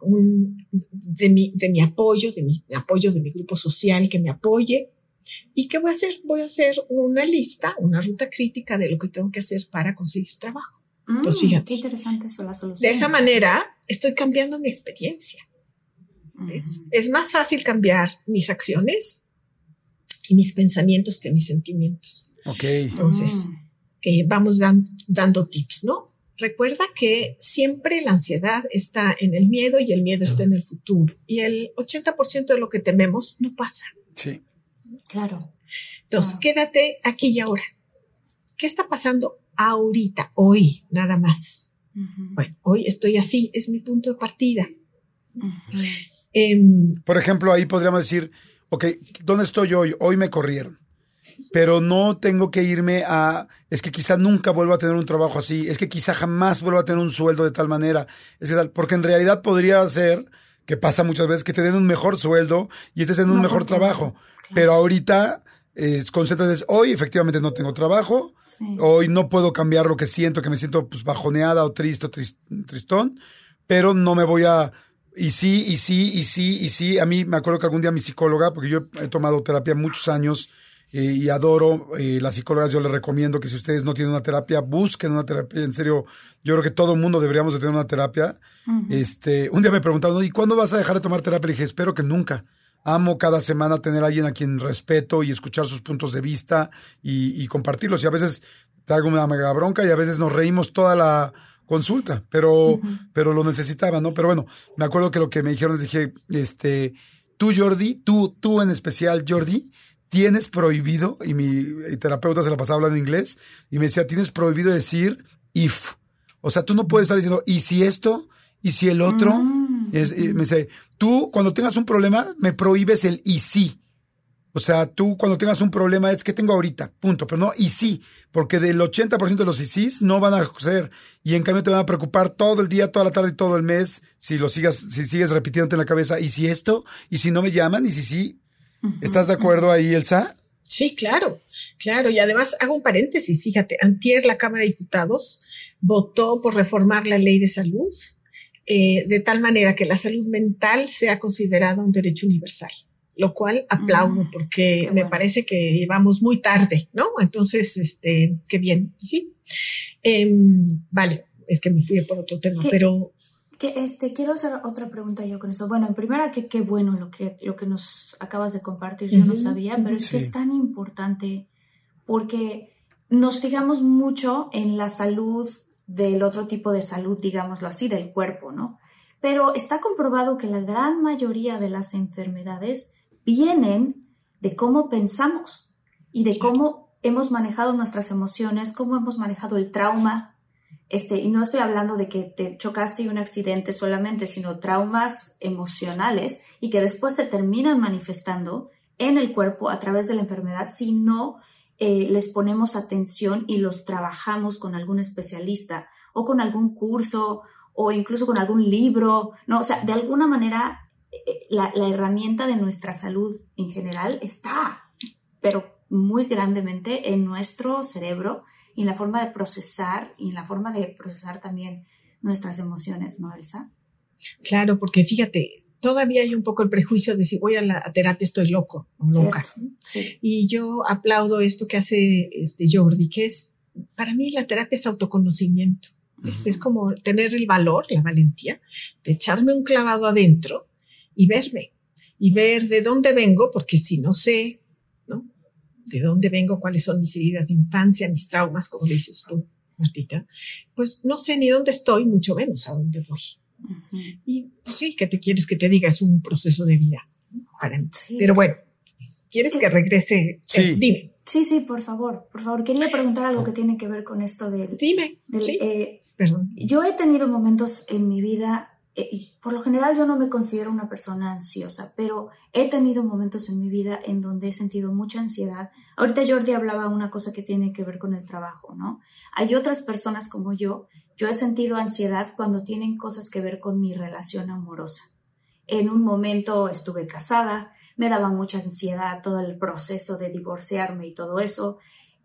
mi apoyo, de mi grupo social que me apoye. ¿Y qué voy a hacer? Voy a hacer una lista, una ruta crítica de lo que tengo que hacer para conseguir trabajo. Entonces, fíjate. Qué interesante eso, la solución. De esa manera, estoy cambiando mi experiencia. ¿Ves? Es más fácil cambiar mis acciones y mis pensamientos que mis sentimientos. Ok. Entonces, vamos dando tips, ¿no? Recuerda que siempre la ansiedad está en el miedo y el miedo está en el futuro. Y el 80% de lo que tememos no pasa. Sí. Claro. Entonces, quédate aquí y ahora. ¿Qué está pasando ahorita, hoy, nada más? Bueno, hoy estoy así, es mi punto de partida. Por ejemplo, ahí podríamos decir, ok, ¿dónde estoy hoy? Hoy me corrieron. Pero no tengo que irme es que quizá nunca vuelva a tener un trabajo así, es que quizá jamás vuelva a tener un sueldo de tal manera, es que tal, porque en realidad podría ser, que pasa muchas veces, que te den un mejor sueldo y estés en un mejor trabajo. Claro. Pero ahorita, concéntrate, hoy efectivamente no tengo trabajo, hoy no puedo cambiar lo que siento, que me siento pues bajoneada o tristón, pero no me voy a... Y sí. A mí me acuerdo que algún día mi psicóloga, porque yo he tomado terapia muchos años y adoro las psicólogas, yo les recomiendo que si ustedes no tienen una terapia, busquen una terapia. En serio, yo creo que todo el mundo deberíamos de tener una terapia. Un día me preguntaron, ¿y cuándo vas a dejar de tomar terapia? Le dije, espero que nunca. Amo cada semana tener a alguien a quien respeto y escuchar sus puntos de vista y compartirlos. Y a veces traigo una mega bronca y a veces nos reímos toda la consulta, pero lo necesitaba, ¿no? Pero bueno, me acuerdo que lo que me dijeron, dije, tú Jordi, tú en especial Jordi, tienes prohibido, y mi terapeuta se la pasaba hablando en inglés, y me decía, tienes prohibido decir if. O sea, tú no puedes estar diciendo, ¿y si esto? ¿Y si el otro? Me dice, tú cuando tengas un problema, me prohíbes el y sí. O sea, tú cuando tengas un problema es que tengo ahorita, punto. Pero no y sí, porque del 80% de los y sís no van a ser. Y en cambio te van a preocupar todo el día, toda la tarde y todo el mes si sigues repitiéndote en la cabeza, ¿y si esto? ¿Y si no me llaman? ¿Y si sí? ¿Estás de acuerdo ahí, Elsa? Sí, claro. Y además hago un paréntesis, fíjate, antier la Cámara de Diputados votó por reformar la ley de salud de tal manera que la salud mental sea considerada un derecho universal, lo cual aplaudo porque me parece que vamos muy tarde, ¿no? Entonces, qué bien, sí. Vale, es que me fui por otro tema, pero... quiero hacer otra pregunta yo con eso. Bueno, en primera, que qué bueno lo que nos acabas de compartir, yo no sabía, pero es que es tan importante porque nos fijamos mucho en la salud del otro tipo de salud, digámoslo así, del cuerpo, ¿no? Pero está comprobado que la gran mayoría de las enfermedades vienen de cómo pensamos y de cómo hemos manejado nuestras emociones, cómo hemos manejado el trauma. Y no estoy hablando de que te chocaste y un accidente solamente, sino traumas emocionales y que después se terminan manifestando en el cuerpo a través de la enfermedad si no les ponemos atención y los trabajamos con algún especialista o con algún curso o incluso con algún libro, ¿no? O sea, de alguna manera la herramienta de nuestra salud en general está, pero muy grandemente en nuestro cerebro y en la forma de procesar y en la forma de procesar también nuestras emociones, ¿no, Elsa? Claro, porque fíjate, todavía hay un poco el prejuicio de si voy a la terapia estoy loco o loca. Sí. Y yo aplaudo esto que hace Jordi, que es, para mí la terapia es autoconocimiento. Es como tener el valor, la valentía de echarme un clavado adentro y verme y ver de dónde vengo, porque si no sé, ¿no?, de dónde vengo, cuáles son mis heridas de infancia, mis traumas, como dices tú, Martita, pues no sé ni dónde estoy, mucho menos a dónde voy. Y pues sí, ¿qué te quieres que te diga? Es un proceso de vida para mí. Sí. Pero bueno, ¿quieres que regrese? Sí. Dime. Sí, por favor. Quería preguntar algo que tiene que ver con esto del... Dime. Sí. Perdón. Yo he tenido momentos en mi vida, por lo general yo no me considero una persona ansiosa, pero he tenido momentos en mi vida en donde he sentido mucha ansiedad. Ahorita Jordi hablaba una cosa que tiene que ver con el trabajo, ¿no? Hay otras personas como yo he sentido ansiedad cuando tienen cosas que ver con mi relación amorosa. En un momento estuve casada, me daba mucha ansiedad todo el proceso de divorciarme y todo eso.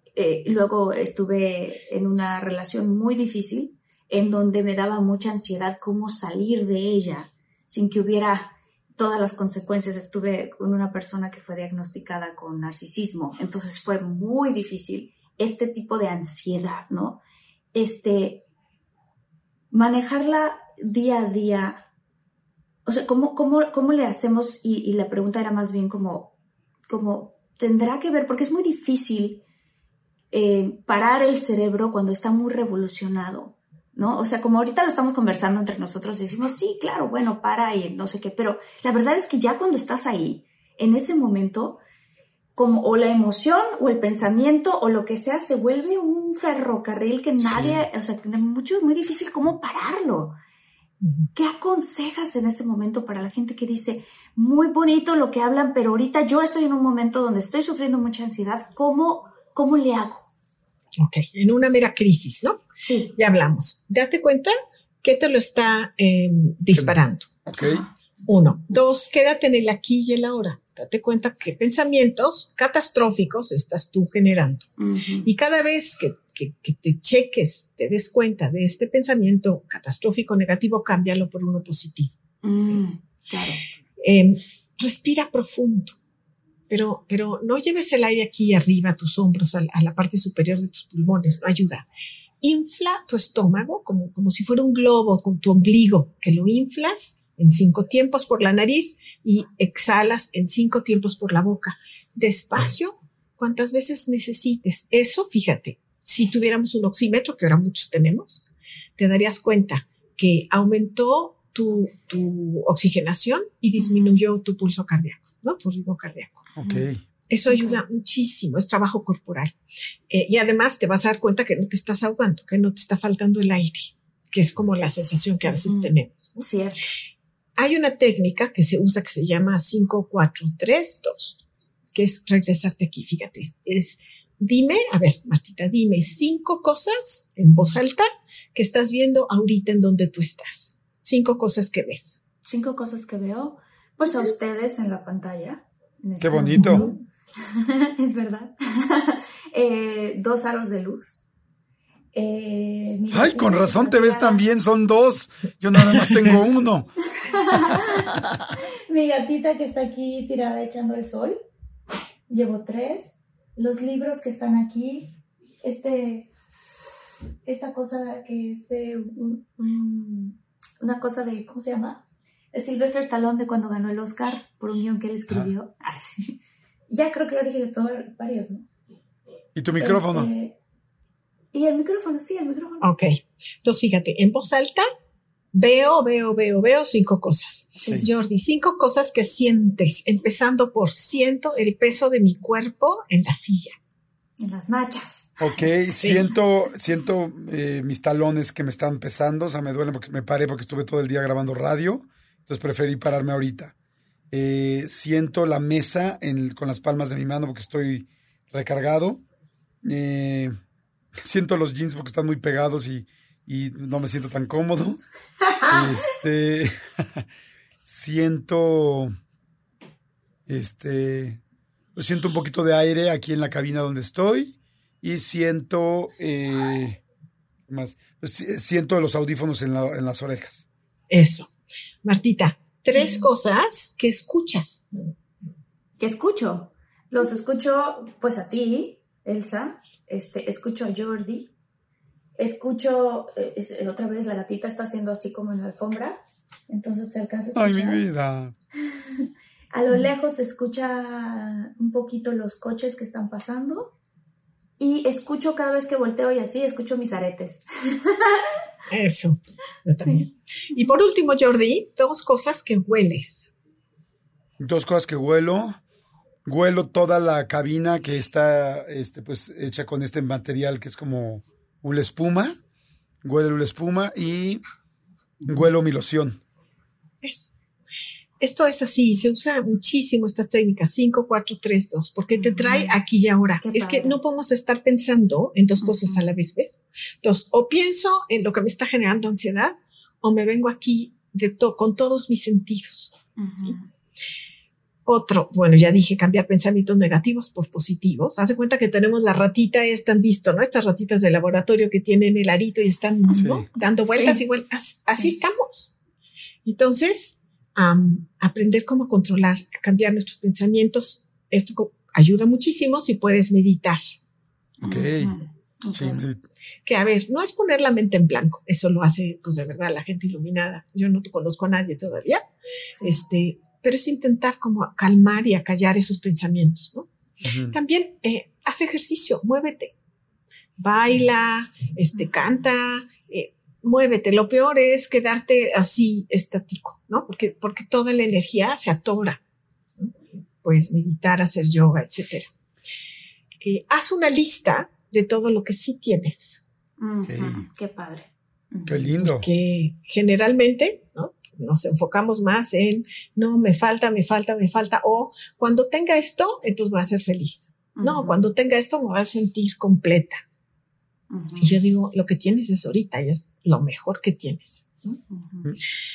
Luego estuve en una relación muy difícil en donde me daba mucha ansiedad cómo salir de ella sin que hubiera todas las consecuencias. Estuve con una persona que fue diagnosticada con narcisismo, entonces fue muy difícil este tipo de ansiedad, ¿no? manejarla día a día, o sea, ¿cómo le hacemos? Y la pregunta era más bien como tendrá que ver, porque es muy difícil parar el cerebro cuando está muy revolucionado, ¿no? O sea, como ahorita lo estamos conversando entre nosotros, decimos, sí, claro, bueno, para y no sé qué, pero la verdad es que ya cuando estás ahí, en ese momento, como o la emoción o el pensamiento o lo que sea, se vuelve un ferrocarril que nadie, o sea, mucho es muy difícil cómo pararlo. ¿Qué aconsejas en ese momento para la gente que dice, muy bonito lo que hablan, pero ahorita yo estoy en un momento donde estoy sufriendo mucha ansiedad, ¿cómo le hago? Ok, en una mera crisis, ¿no? Sí. Ya hablamos. Date cuenta que te lo está disparando. Ok. 1. 2, quédate en el aquí y el ahora. Date cuenta qué pensamientos catastróficos estás tú generando. Uh-huh. Y cada vez que te cheques, te des cuenta de este pensamiento catastrófico negativo, cámbialo por uno positivo. Claro. Respira profundo, pero no lleves el aire aquí arriba a tus hombros, a la parte superior de tus pulmones, no ayuda. Infla tu estómago como si fuera un globo con tu ombligo, que lo inflas en 5 tiempos por la nariz y exhalas en 5 tiempos por la boca. Despacio, cuantas veces necesites. Eso, fíjate, si tuviéramos un oxímetro, que ahora muchos tenemos, te darías cuenta que aumentó tu oxigenación y disminuyó tu pulso cardíaco, ¿no? Tu ritmo cardíaco. Ok. Eso ayuda muchísimo, es trabajo corporal. Y además te vas a dar cuenta que no te estás ahogando, que no te está faltando el aire, que es como la sensación que a veces tenemos, ¿no? Cierto. Hay una técnica que se usa que se llama 5-4-3-2, que es regresarte aquí, fíjate, dime, a ver, Martita, dime 5 cosas en voz alta que estás viendo ahorita en donde tú estás. 5 cosas que ves. 5 cosas que veo, pues a ustedes en la pantalla. ¡Qué bonito! Es verdad. 2 aros de luz. Ay, con razón te ves tan bien, son 2. Yo nada más tengo 1. Mi gatita que está aquí tirada echando el sol. Llevo 3. Los libros que están aquí. Esta cosa que es una cosa de, ¿cómo se llama? Es Sylvester Stallone de cuando ganó el Oscar por un guión que él escribió. Sí. Ya creo que ya dije de todo, varios, ¿no? ¿Y tu micrófono? Y el micrófono, sí, el micrófono. Ok. Entonces, fíjate, en voz alta, veo 5 cosas. Sí. Jordi, 5 cosas que sientes, empezando por siento el peso de mi cuerpo en la silla. En las nachas. Ok, sí. siento mis talones que me están pesando, o sea, me duelen porque me paré porque estuve todo el día grabando radio, entonces preferí pararme ahorita. Siento la mesa con las palmas de mi mano porque estoy recargado. Siento los jeans porque están muy pegados y no me siento tan cómodo. Siento un poquito de aire aquí en la cabina donde estoy y siento siento los audífonos en las orejas. Eso. Martita, 3 cosas que escuchas. ¿Qué escucho? Los escucho pues a ti, Elsa. Escucho a Jordi, escucho, otra vez la gatita está haciendo así como en la alfombra, entonces se alcanza a escuchar. ¡Ay, mi vida! A lo lejos se escucha un poquito los coches que están pasando y escucho cada vez que volteo y así, escucho mis aretes. Eso, yo también. Sí. Y por último, Jordi, 2 cosas que hueles. 2 cosas que huelo. Huelo toda la cabina que está pues hecha con este material que es como una espuma. Huelo la espuma y huelo mi loción. Eso. Esto es así, se usa muchísimo estas técnicas 5-4-3-2 porque te trae aquí y ahora. Es que no podemos estar pensando en 2 cosas a la vez, ¿ves? Entonces, o pienso en lo que me está generando ansiedad o me vengo aquí con todos mis sentidos. ¿Sí? Otro, bueno, ya dije, cambiar pensamientos negativos por positivos. Haz de cuenta que tenemos la ratita, han visto, ¿no? Estas ratitas de laboratorio que tienen el arito y están, sí, ¿no? Dando vueltas y vueltas. Así estamos. Entonces, aprender cómo controlar, cambiar nuestros pensamientos. Esto ayuda muchísimo si puedes meditar. Ok. Sí. Que, a ver, no es poner la mente en blanco. Eso lo hace, pues, de verdad, la gente iluminada. Yo no conozco a nadie todavía. Pero es intentar como calmar y acallar esos pensamientos, ¿no? Uh-huh. También haz ejercicio, muévete. Baila, canta, muévete. Lo peor es quedarte así estático, ¿no? Porque toda la energía se atora, ¿no? Puedes meditar, hacer yoga, etcétera. Haz una lista de todo lo que sí tienes. Okay. Qué padre. Qué lindo. Porque generalmente, ¿no?, nos enfocamos más en, no, me falta, o cuando tenga esto, entonces voy a ser feliz. Uh-huh. No, cuando tenga esto me voy a sentir completa. Uh-huh. Y yo digo, lo que tienes es ahorita y es lo mejor que tienes. Uh-huh.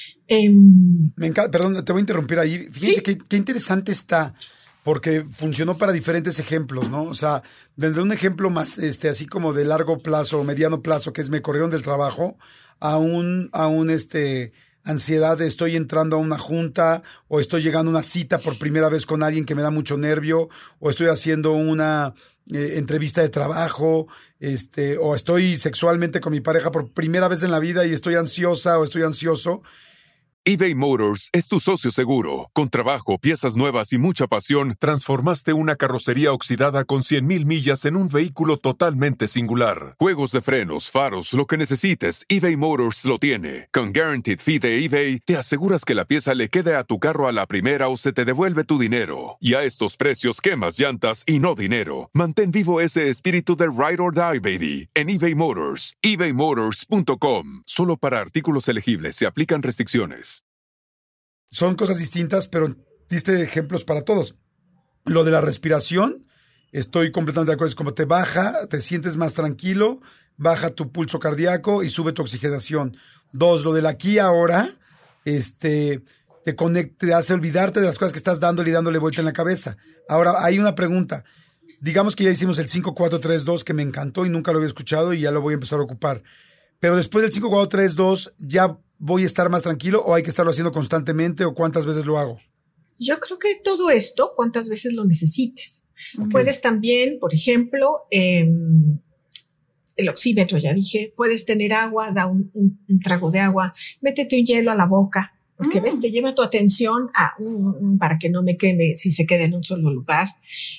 Me encanta, perdón, te voy a interrumpir ahí. Fíjense, ¿sí? qué interesante está, porque funcionó para diferentes ejemplos, ¿no? O sea, desde un ejemplo más, así como de largo plazo o mediano plazo, que es me corrieron del trabajo, a un ansiedad de estoy entrando a una junta, o estoy llegando a una cita por primera vez con alguien que me da mucho nervio, o estoy haciendo una entrevista de trabajo, o estoy sexualmente con mi pareja por primera vez en la vida y estoy ansiosa o estoy ansioso. eBay Motors es tu socio seguro. Con trabajo, piezas nuevas y mucha pasión, transformaste una carrocería oxidada con 100,000 millas en un vehículo totalmente singular. Juegos de frenos, faros, lo que necesites, eBay Motors lo tiene. Con Guaranteed Fee de eBay, te aseguras que la pieza le quede a tu carro a la primera o se te devuelve tu dinero. Y a estos precios, quemas llantas y no dinero. Mantén vivo ese espíritu de Ride or Die, baby, en eBay Motors. ebaymotors.com. Solo para artículos elegibles se aplican restricciones. Son cosas distintas, pero diste ejemplos para todos. Lo de la respiración, estoy completamente de acuerdo. Es como te baja, te sientes más tranquilo, baja tu pulso cardíaco y sube tu oxigenación. 2, lo del aquí y ahora, te hace olvidarte de las cosas que estás dándole vuelta en la cabeza. Ahora, hay una pregunta. Digamos que ya hicimos el 5-4-3-2, que me encantó y nunca lo había escuchado y ya lo voy a empezar a ocupar. Pero después del 5-4-3-2, ¿ya voy a estar más tranquilo o hay que estarlo haciendo constantemente o cuántas veces lo hago? Yo creo que todo esto, cuántas veces lo necesites. Okay. Puedes también, por ejemplo, el oxímetro, ya dije, puedes tener agua, da un trago de agua, métete un hielo a la boca, porque ves, te lleva tu atención para que no me queme si se queda en un solo lugar.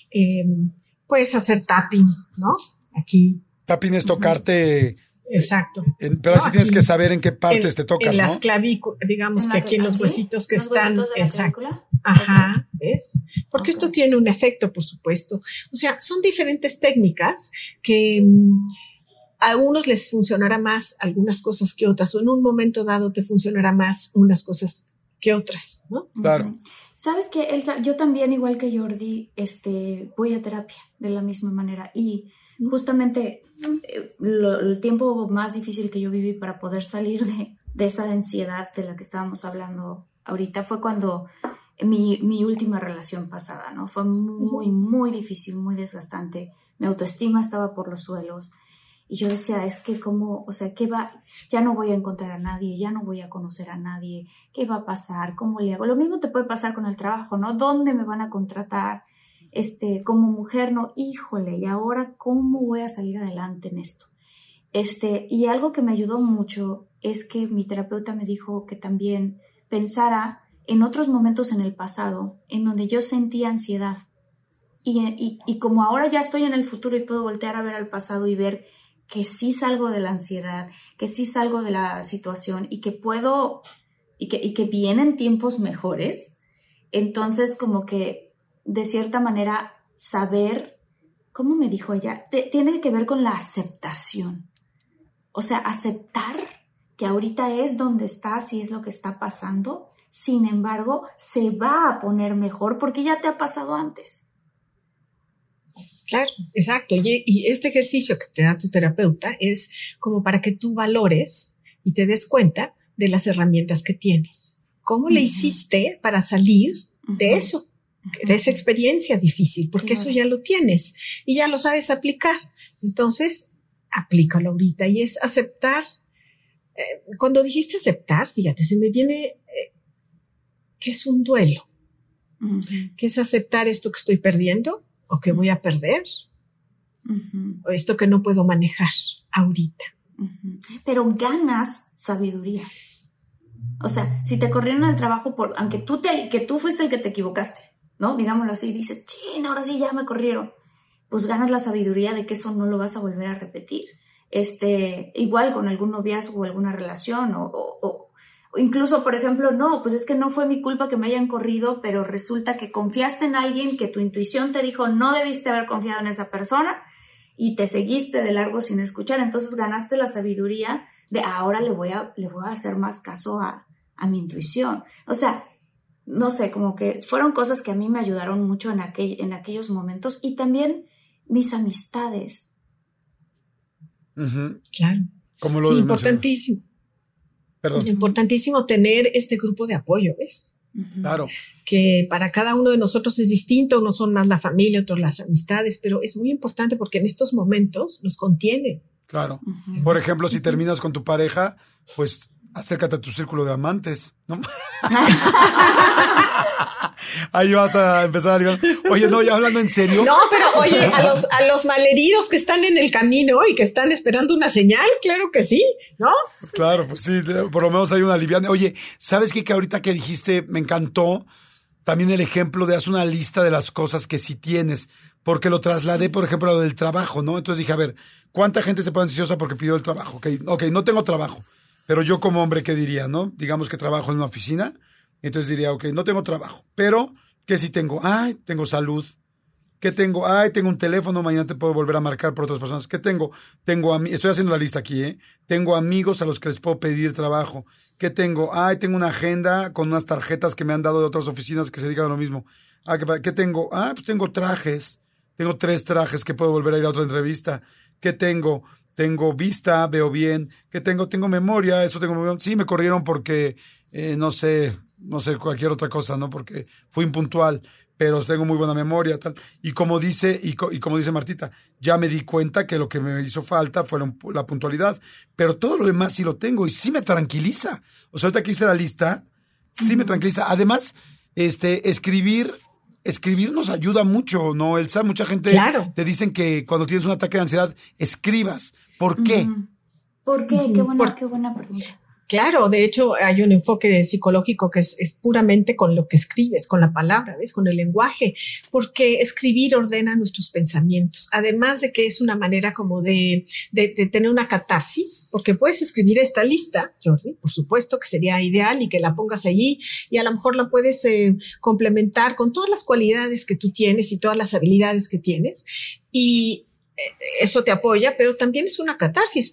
Puedes hacer tapping, ¿no? Aquí. Tapping es tocarte. Exacto. Pero así tienes que saber en qué partes te tocas, en ¿no? las clavículas, digamos que aquí en los huesitos que están. Exacto. Clavícula? Ajá, ¿ves? Porque esto tiene un efecto, por supuesto. O sea, son diferentes técnicas que a algunos les funcionará más algunas cosas que otras, o en un momento dado te funcionará más unas cosas que otras, ¿no? Claro. ¿Sabes qué, Elsa? Yo también, igual que Jordi, voy a terapia de la misma manera y justamente el tiempo más difícil que yo viví para poder salir de esa ansiedad de la que estábamos hablando ahorita fue cuando mi última relación pasada, ¿no? Fue muy, muy difícil, muy desgastante. Mi autoestima estaba por los suelos y yo decía, es que cómo, o sea, ¿qué va? Ya no voy a encontrar a nadie, ya no voy a conocer a nadie. ¿Qué va a pasar? ¿Cómo le hago? Lo mismo te puede pasar con el trabajo, ¿no? ¿Dónde me van a contratar? Como mujer, no, híjole, ¿y ahora cómo voy a salir adelante en esto? Y algo que me ayudó mucho es que mi terapeuta me dijo que también pensara en otros momentos en el pasado en donde yo sentía ansiedad y como ahora ya estoy en el futuro y puedo voltear a ver al pasado y ver que sí salgo de la ansiedad, que sí salgo de la situación y que puedo y que vienen tiempos mejores, entonces como que de cierta manera saber, ¿cómo me dijo ella? Tiene que ver con la aceptación. O sea, aceptar que ahorita es donde estás y es lo que está pasando. Sin embargo, se va a poner mejor porque ya te ha pasado antes. Claro, exacto. Y este ejercicio que te da tu terapeuta es como para que tú valores y te des cuenta de las herramientas que tienes. ¿Cómo le hiciste para salir de eso? De esa experiencia difícil, porque eso ya lo tienes y ya lo sabes aplicar. Entonces, aplícalo ahorita y es aceptar. Cuando dijiste aceptar, fíjate, se me viene que es un duelo, que es aceptar esto que estoy perdiendo o que voy a perder o esto que no puedo manejar ahorita. Pero ganas sabiduría. O sea, si te corrieron al trabajo aunque que tú fuiste el que te equivocaste, ¿no? Digámoslo así, dices, chin, ahora sí ya me corrieron. Pues ganas la sabiduría de que eso no lo vas a volver a repetir. Igual con algún noviazgo o alguna relación o incluso, por ejemplo, no, pues es que no fue mi culpa que me hayan corrido, pero resulta que confiaste en alguien, que tu intuición te dijo no debiste haber confiado en esa persona y te seguiste de largo sin escuchar. Entonces ganaste la sabiduría de ahora le voy a hacer más caso a mi intuición. O sea, no sé, como que fueron cosas que a mí me ayudaron mucho en aquellos momentos, y también mis amistades. Claro. Como lo sí, importantísimo. Perdón. Importantísimo tener este grupo de apoyo, ¿ves? Claro. Que para cada uno de nosotros es distinto, unos son más la familia, otros las amistades, pero es muy importante porque en estos momentos nos contienen. Claro. Por ejemplo, si terminas con tu pareja, pues acércate a tu círculo de amantes, ¿no? Ahí vas a empezar a ligar. Oye, no, ya hablando en serio. No, pero oye, a los malheridos que están en el camino y que están esperando una señal, claro que sí, ¿no? Claro, pues sí, por lo menos hay una aliviana. Oye, ¿sabes qué? Que ahorita que dijiste, me encantó también el ejemplo de haz una lista de las cosas que sí tienes, porque lo trasladé, por ejemplo, a lo del trabajo, ¿no? Entonces dije, a ver, ¿cuánta gente se pone ansiosa porque pidió el trabajo? Ok, no tengo trabajo, pero yo como hombre, ¿qué diría, no? Digamos que trabajo en una oficina. Entonces diría, ok, no tengo trabajo, pero ¿qué sí tengo? Ay, tengo salud. ¿Qué tengo? Ay, tengo un teléfono, mañana te puedo volver a marcar por otras personas. ¿Qué tengo? Estoy haciendo la lista aquí, ¿eh? Tengo amigos a los que les puedo pedir trabajo. ¿Qué tengo? Ay, tengo una agenda con unas tarjetas que me han dado de otras oficinas que se dedican a lo mismo. ¿Qué tengo? Ah, pues tengo trajes. Tengo 3 trajes que puedo volver a ir a otra entrevista. ¿Qué tengo? Tengo vista, veo bien. ¿Qué tengo? Tengo memoria, eso tengo memoria. Sí, me corrieron porque, no sé, cualquier otra cosa, ¿no? Porque fui impuntual, pero tengo muy buena memoria, tal. Y como dice Martita, ya me di cuenta que lo que me hizo falta fue la puntualidad, pero todo lo demás sí lo tengo y sí me tranquiliza. O sea, ahorita que hice la lista, sí me tranquiliza. Además, escribir nos ayuda mucho, ¿no, Elsa? Mucha gente te dicen que cuando tienes un ataque de ansiedad, escribas. ¿Por qué? ¿Por qué? Qué buena pregunta. Claro, de hecho hay un enfoque psicológico que es puramente con lo que escribes, con la palabra, ¿ves? Con el lenguaje, porque escribir ordena nuestros pensamientos, además de que es una manera como de tener una catarsis, porque puedes escribir esta lista, Jordi, por supuesto que sería ideal y que la pongas allí y a lo mejor la puedes complementar con todas las cualidades que tú tienes y todas las habilidades que tienes y eso te apoya, pero también es una catarsis,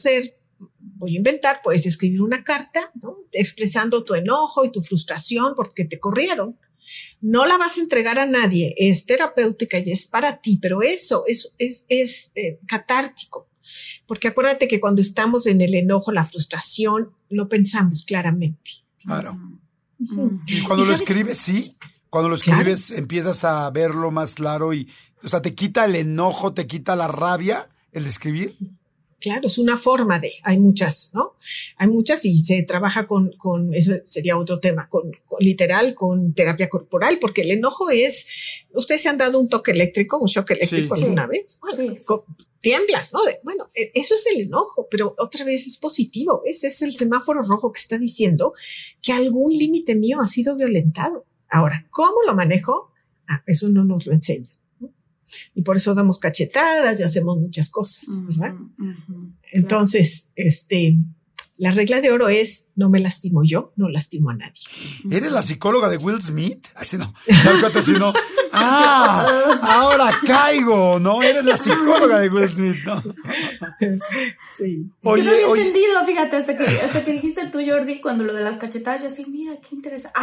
puedes escribir una carta, ¿no? Expresando tu enojo y tu frustración porque te corrieron. No la vas a entregar a nadie, es terapéutica y es para ti, pero eso es catártico. Porque acuérdate que cuando estamos en el enojo, la frustración, lo pensamos claramente. Claro. Y cuando lo escribes, sí. Cuando lo escribes, empiezas a verlo más claro y, o sea, te quita el enojo, te quita la rabia el escribir. Claro, es una forma hay muchas, ¿no? Hay muchas y se trabaja con eso sería otro tema, con terapia corporal, porque el enojo ustedes se han dado un shock eléctrico alguna vez, bueno, tiemblas, ¿no? Bueno, eso es el enojo, pero otra vez es positivo, ese es el semáforo rojo que está diciendo que algún límite mío ha sido violentado. Ahora, ¿cómo lo manejo? Eso no nos lo enseña. Y por eso damos cachetadas y hacemos muchas cosas, ¿verdad? Entonces, la regla de oro es no me lastimo yo, no lastimo a nadie. ¿Eres la psicóloga de Will Smith? Así no. No. Ahora caigo, ¿no? Eres la psicóloga de Will Smith, ¿no? Sí. Oye, yo no había entendido, fíjate, hasta que dijiste tú, Jordi, cuando lo de las cachetadas, yo así, mira, qué interesante.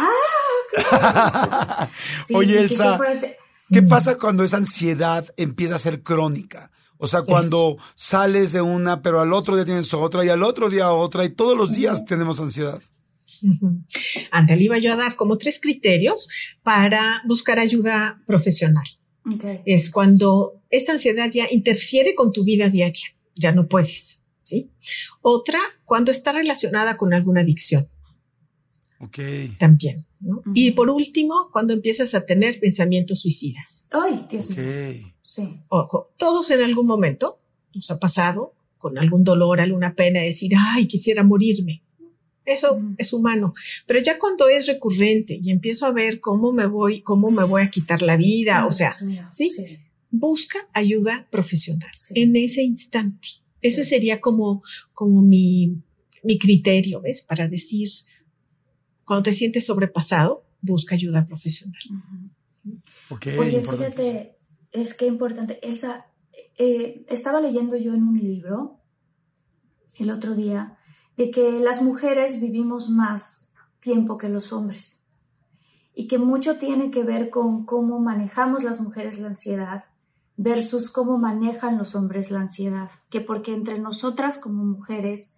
Sí, oye, Elsa, ¿qué pasa cuando esa ansiedad empieza a ser crónica? O sea, cuando sales de una, pero al otro día tienes otra y al otro día otra y todos los días tenemos ansiedad. Le iba yo a dar como 3 criterios para buscar ayuda profesional. Okay. Es cuando esta ansiedad ya interfiere con tu vida diaria, ya no puedes, ¿sí? Otra, cuando está relacionada con alguna adicción. Ok. También, ¿no? Y por último, cuando empiezas a tener pensamientos suicidas. Ay, Dios mío. Sí. Ojo, todos en algún momento nos ha pasado con algún dolor, alguna pena, decir, ay, quisiera morirme. Eso es humano. Pero ya cuando es recurrente y empiezo a ver cómo me voy a quitar la vida, o sea, ¿sí? Busca ayuda profesional en ese instante. Eso sería como mi criterio, ¿ves? Para decir, cuando te sientes sobrepasado, busca ayuda profesional. Okay, oye, fíjate, es que importante. Elsa, estaba leyendo yo en un libro el otro día de que las mujeres vivimos más tiempo que los hombres y que mucho tiene que ver con cómo manejamos las mujeres la ansiedad versus cómo manejan los hombres la ansiedad, que porque entre nosotras como mujeres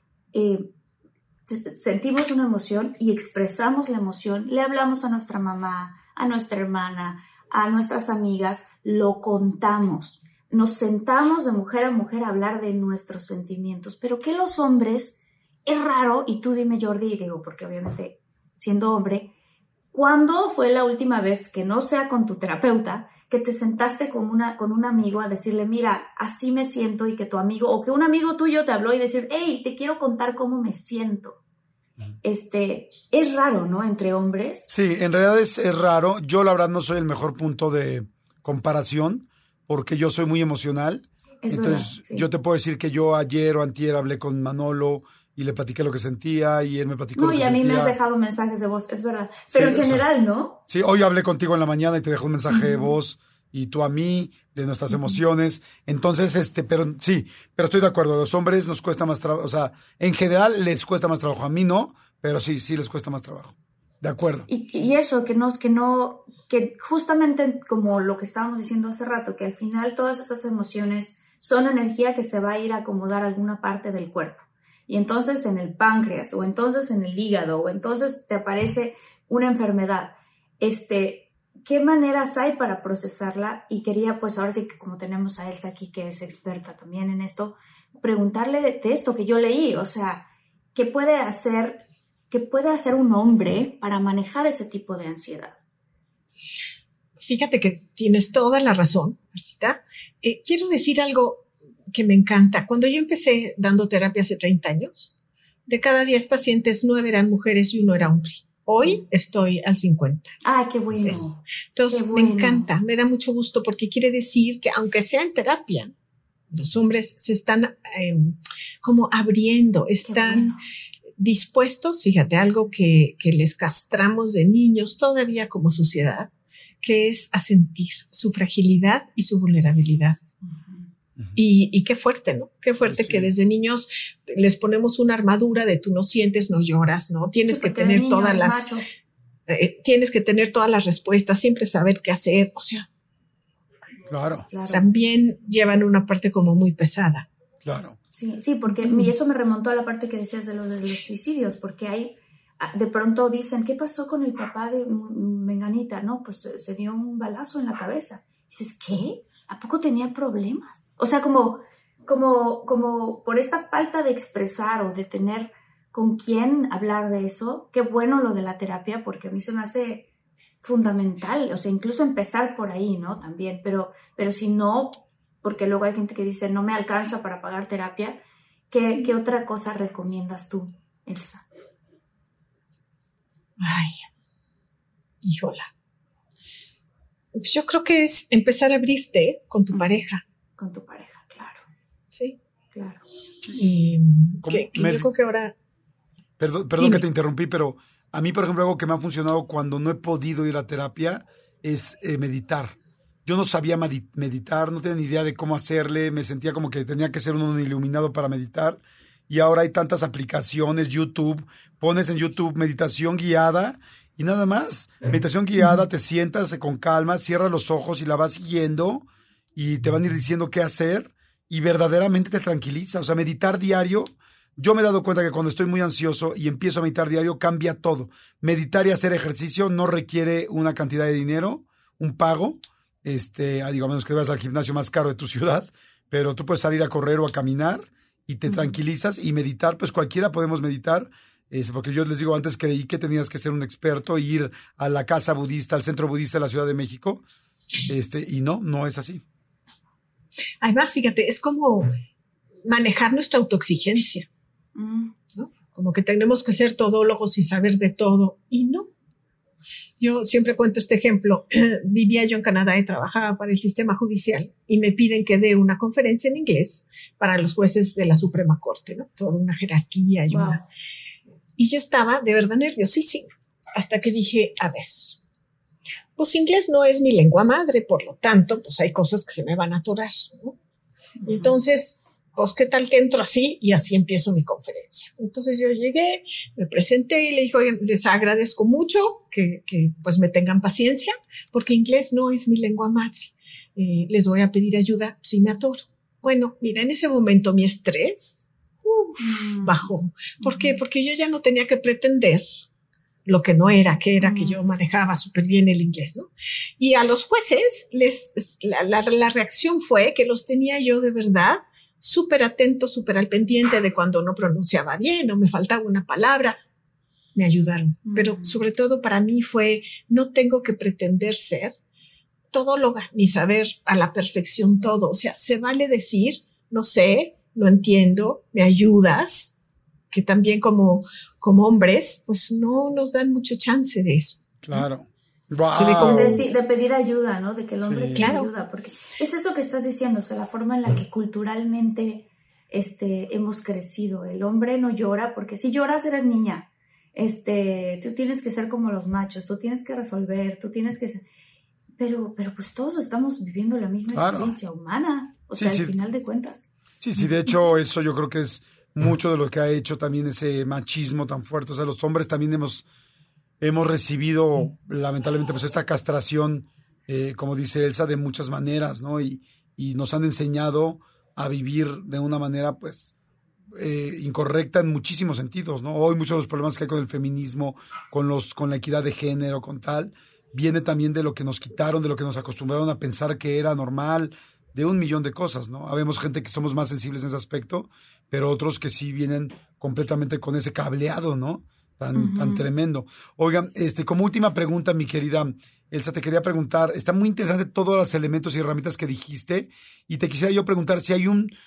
sentimos una emoción y expresamos la emoción, le hablamos a nuestra mamá, a nuestra hermana, a nuestras amigas, lo contamos, nos sentamos de mujer a mujer a hablar de nuestros sentimientos, pero que los hombres, es raro, y tú dime, Jordi, digo, porque obviamente siendo hombre, ¿cuándo fue la última vez, que no sea con tu terapeuta, que te sentaste con un amigo a decirle, mira, así me siento, y que tu amigo, o que un amigo tuyo te habló y decir, hey, te quiero contar cómo me siento? Es raro, ¿no? Entre hombres. Sí, en realidad es raro. Yo, la verdad, no soy el mejor punto de comparación porque yo soy muy emocional. Entonces, verdad, sí. Yo te puedo decir que yo ayer o antier hablé con Manolo y le platiqué lo que sentía y él me platicó lo que sentía. No, y a mí me has dejado mensajes de voz, es verdad. Pero sí, en general, ¿no? Sí, hoy hablé contigo en la mañana y te dejé un mensaje de voz y tú a mí, de nuestras emociones. Entonces, pero estoy de acuerdo. A los hombres nos cuesta más trabajo. O sea, en general les cuesta más trabajo. A mí no, pero sí les cuesta más trabajo. De acuerdo. Y eso, que justamente como lo que estábamos diciendo hace rato, que al final todas esas emociones son energía que se va a ir a acomodar a alguna parte del cuerpo. Y entonces en el páncreas, o entonces en el hígado, o entonces te aparece una enfermedad. ¿Qué maneras hay para procesarla? Y quería, pues ahora sí que como tenemos a Elsa aquí, que es experta también en esto, preguntarle de esto que yo leí, o sea, ¿qué puede hacer un hombre para manejar ese tipo de ansiedad? Fíjate que tienes toda la razón, Marcita. Quiero decir algo que me encanta. Cuando yo empecé dando terapia hace 30 años, de cada 10 pacientes, 9 eran mujeres y 1 era hombre. Hoy estoy al 50. ¡Ay, qué bueno! Entonces, qué bueno. Me encanta, me da mucho gusto porque quiere decir que aunque sea en terapia, los hombres se están como abriendo, están dispuestos, fíjate, algo que les castramos de niños todavía como sociedad, que es a sentir su fragilidad y su vulnerabilidad. Y qué fuerte, ¿no? Qué fuerte que desde niños les ponemos una armadura de tú no sientes, no lloras, ¿no? Tienes que tener tienes que tener todas las respuestas, siempre saber qué hacer, o sea. Claro. También llevan una parte como muy pesada. Claro. Sí, porque y eso me remontó a la parte que decías de los suicidios, porque hay, de pronto dicen, ¿qué pasó con el papá de Menganita? No, pues se dio un balazo en la cabeza. Dices, ¿qué? ¿A poco tenía problemas? O sea, como por esta falta de expresar o de tener con quién hablar de eso, qué bueno lo de la terapia, porque a mí se me hace fundamental, o sea, incluso empezar por ahí, ¿no? También, pero si no, porque luego hay gente que dice, no me alcanza para pagar terapia, ¿qué otra cosa recomiendas tú, Elsa? Ay, híjola. Yo creo que es empezar a abrirte con tu pareja. Con tu pareja, claro. Sí. Claro. Y yo creo que ahora... Perdón que te interrumpí, pero a mí, por ejemplo, algo que me ha funcionado cuando no he podido ir a terapia es meditar. Yo no sabía meditar, no tenía ni idea de cómo hacerle, me sentía como que tenía que ser un iluminado para meditar. Y ahora hay tantas aplicaciones, YouTube, pones en YouTube meditación guiada y nada más. Meditación guiada, te sientas con calma, cierras los ojos y la vas siguiendo y te van a ir diciendo qué hacer y verdaderamente te tranquiliza. O sea, meditar diario, yo me he dado cuenta que cuando estoy muy ansioso y empiezo a meditar diario, cambia todo. Meditar y hacer ejercicio no requiere una cantidad de dinero, un pago, digo, a menos que vayas al gimnasio más caro de tu ciudad, pero tú puedes salir a correr o a caminar y te tranquilizas y meditar, pues cualquiera podemos meditar. Porque yo les digo, antes creí que tenías que ser un experto, ir a la casa budista, al centro budista de la Ciudad de México, y no es así. Además, fíjate, es como manejar nuestra autoexigencia, ¿no? Como que tenemos que ser todólogos y saber de todo, y no. Yo siempre cuento este ejemplo. Vivía yo en Canadá y trabajaba para el sistema judicial y me piden que dé una conferencia en inglés para los jueces de la Suprema Corte, ¿no? Toda una jerarquía y una... Y yo estaba de verdad nerviosísima hasta que dije, a ver, pues inglés no es mi lengua madre, por lo tanto, pues hay cosas que se me van a atorar, ¿no? Y entonces, pues qué tal que entro así y así empiezo mi conferencia. Entonces yo llegué, me presenté y le dije, oye, les agradezco mucho que pues me tengan paciencia porque inglés no es mi lengua madre. Les voy a pedir ayuda si me atoro. Bueno, mira, en ese momento mi estrés bajó. ¿Por qué? Porque yo ya no tenía que pretender lo que no era, que yo manejaba súper bien el inglés, ¿no? Y a los jueces, la reacción fue que los tenía yo de verdad súper atentos, súper al pendiente de cuando no pronunciaba bien o me faltaba una palabra. Me ayudaron. Pero sobre todo para mí fue, no tengo que pretender ser todóloga ni saber a la perfección todo. O sea, se vale decir, no sé, no entiendo, me ayudas, que también como hombres, pues no nos dan mucho chance de eso. Claro. Wow. De pedir ayuda, ¿no? De que el hombre te ayuda, porque es eso que estás diciendo, o sea, la forma en la que culturalmente hemos crecido. El hombre no llora, porque si lloras eres niña. Tú tienes que ser como los machos, tú tienes que resolver, tú tienes que ser... Pero pues todos estamos viviendo la misma experiencia humana, o sea, al final de cuentas. Sí, de hecho eso yo creo que es mucho de lo que ha hecho también ese machismo tan fuerte. O sea, los hombres también hemos recibido lamentablemente pues esta castración, como dice Elsa, de muchas maneras, ¿no? Y nos han enseñado a vivir de una manera pues incorrecta en muchísimos sentidos, ¿no? Hoy muchos de los problemas que hay con el feminismo, con la equidad de género, con tal, viene también de lo que nos quitaron, de lo que nos acostumbraron a pensar que era normal, de un millón de cosas, ¿no? Habemos gente que somos más sensibles en ese aspecto, pero otros que sí vienen completamente con ese cableado, ¿no? Tan tremendo. Oigan, como última pregunta, mi querida Elsa, te quería preguntar, está muy interesante todos los elementos y herramientas que dijiste, y te quisiera yo preguntar si hay un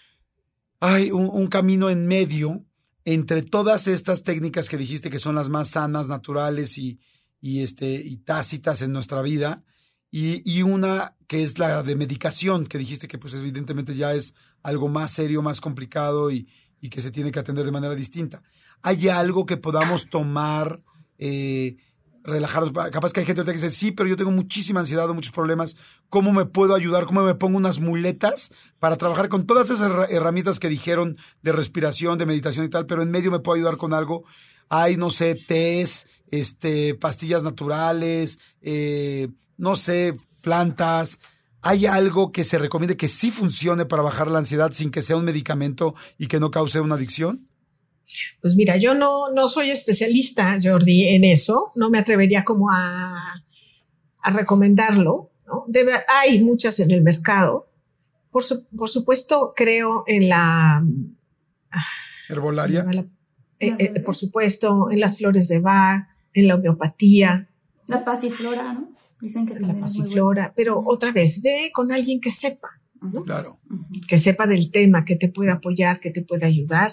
camino en medio entre todas estas técnicas que dijiste que son las más sanas, naturales y tácitas en nuestra vida, y una que es la de medicación, que dijiste que pues evidentemente ya es algo más serio, más complicado y que se tiene que atender de manera distinta. ¿Hay algo que podamos tomar, relajarnos? Capaz que hay gente que dice, sí, pero yo tengo muchísima ansiedad o muchos problemas. ¿Cómo me puedo ayudar? ¿Cómo me pongo unas muletas para trabajar con todas esas herramientas que dijeron de respiración, de meditación y tal, pero en medio me puedo ayudar con algo? Hay, no sé, tés, pastillas naturales, no sé, plantas. ¿Hay algo que se recomiende que sí funcione para bajar la ansiedad sin que sea un medicamento y que no cause una adicción? Pues mira, yo no soy especialista, Jordi, en eso. No me atrevería como a recomendarlo, ¿no? Hay muchas en el mercado. Por supuesto, creo en la... ¿Herbolaria? Por supuesto, en las flores de Bach, en la homeopatía. La pasiflora, ¿no? Dicen que también la pasiflora, pero otra vez, ve con alguien que sepa, ¿no? Claro. Que sepa del tema, que te pueda apoyar, que te pueda ayudar.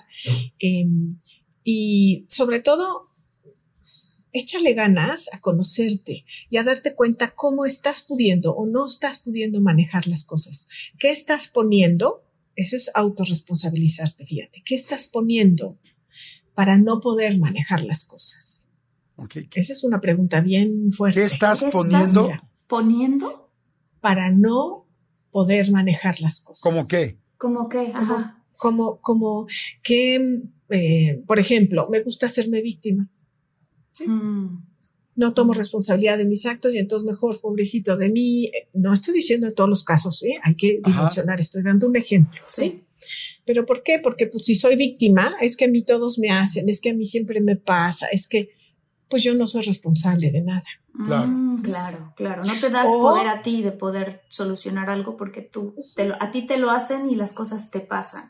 Y sobre todo, échale ganas a conocerte y a darte cuenta cómo estás pudiendo o no estás pudiendo manejar las cosas. ¿Qué estás poniendo? Eso es autorresponsabilizarte, fíjate. ¿Qué estás poniendo para no poder manejar las cosas? Okay. Esa es una pregunta bien fuerte. ¿Qué estás poniendo? ¿Poniendo? Para no poder manejar las cosas. ¿Cómo qué? ¿Cómo qué? Ajá. Como que, por ejemplo, me gusta hacerme víctima. ¿Sí? No tomo responsabilidad de mis actos y entonces mejor, pobrecito de mí. No estoy diciendo en todos los casos, ¿sí? Hay que dimensionar. Estoy dando un ejemplo, ¿sí? ¿Pero por qué? Porque pues si soy víctima, es que a mí todos me hacen, es que a mí siempre me pasa, es que pues yo no soy responsable de nada. Claro. No te das poder a ti de poder solucionar algo porque a ti te lo hacen y las cosas te pasan.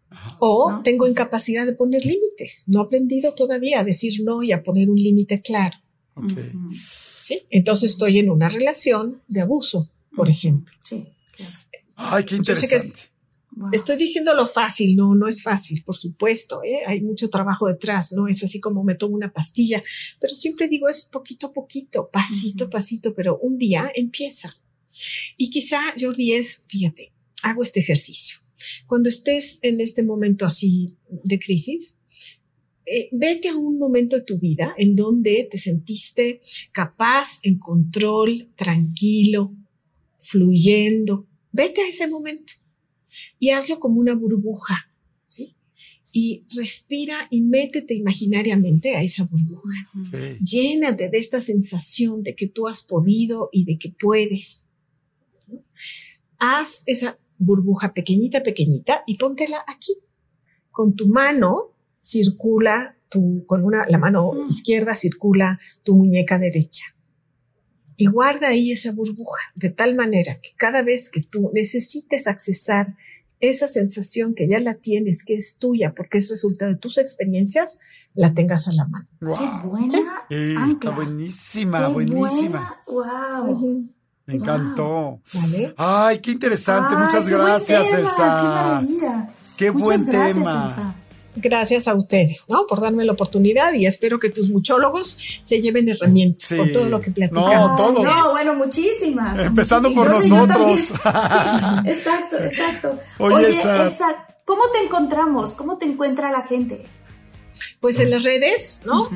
O tengo incapacidad de poner límites. No he aprendido todavía a decir no y a poner un límite claro. Okay. ¿Sí? Entonces estoy en una relación de abuso, por ejemplo. Sí, claro. Ay, qué interesante. Yo sé que estoy diciendo lo fácil, no es fácil, por supuesto, hay mucho trabajo detrás, no es así como me tomo una pastilla, pero siempre digo es poquito a poquito, pasito a pasito, pero un día empieza. Y quizá, Jordi, fíjate, hago este ejercicio. Cuando estés en este momento así de crisis, vete a un momento de tu vida en donde te sentiste capaz, en control, tranquilo, fluyendo. Vete a ese momento y hazlo como una burbuja, ¿sí? Y respira y métete imaginariamente a esa burbuja. Okay. Llénate de esta sensación de que tú has podido y de que puedes, ¿no? Haz esa burbuja pequeñita y póntela aquí. Con tu mano circula la mano izquierda circula tu muñeca derecha. Y guarda ahí esa burbuja, de tal manera que cada vez que tú necesites accesar esa sensación que ya la tienes, que es tuya, porque es resultado de tus experiencias, la tengas a la mano. Wow. ¡Qué buena! Está buenísima, ¡Qué buenísima. buena! ¡Wow! Me encantó. ¿Vale? Ay, qué interesante. Muchas qué gracias, buen tema, Elsa. ¡Qué maravilla! Qué Muchas buen gracias, tema. Elsa. Gracias a ustedes, ¿no? Por darme la oportunidad y espero que tus muchólogos se lleven herramientas por todo lo que platicamos. No, todos. No, bueno, muchísimas. Empezando por muchísimas. nosotros. Sí, exacto. Oye, Elsa, ¿cómo te encontramos? ¿Cómo te encuentra la gente? Pues en las redes, ¿no?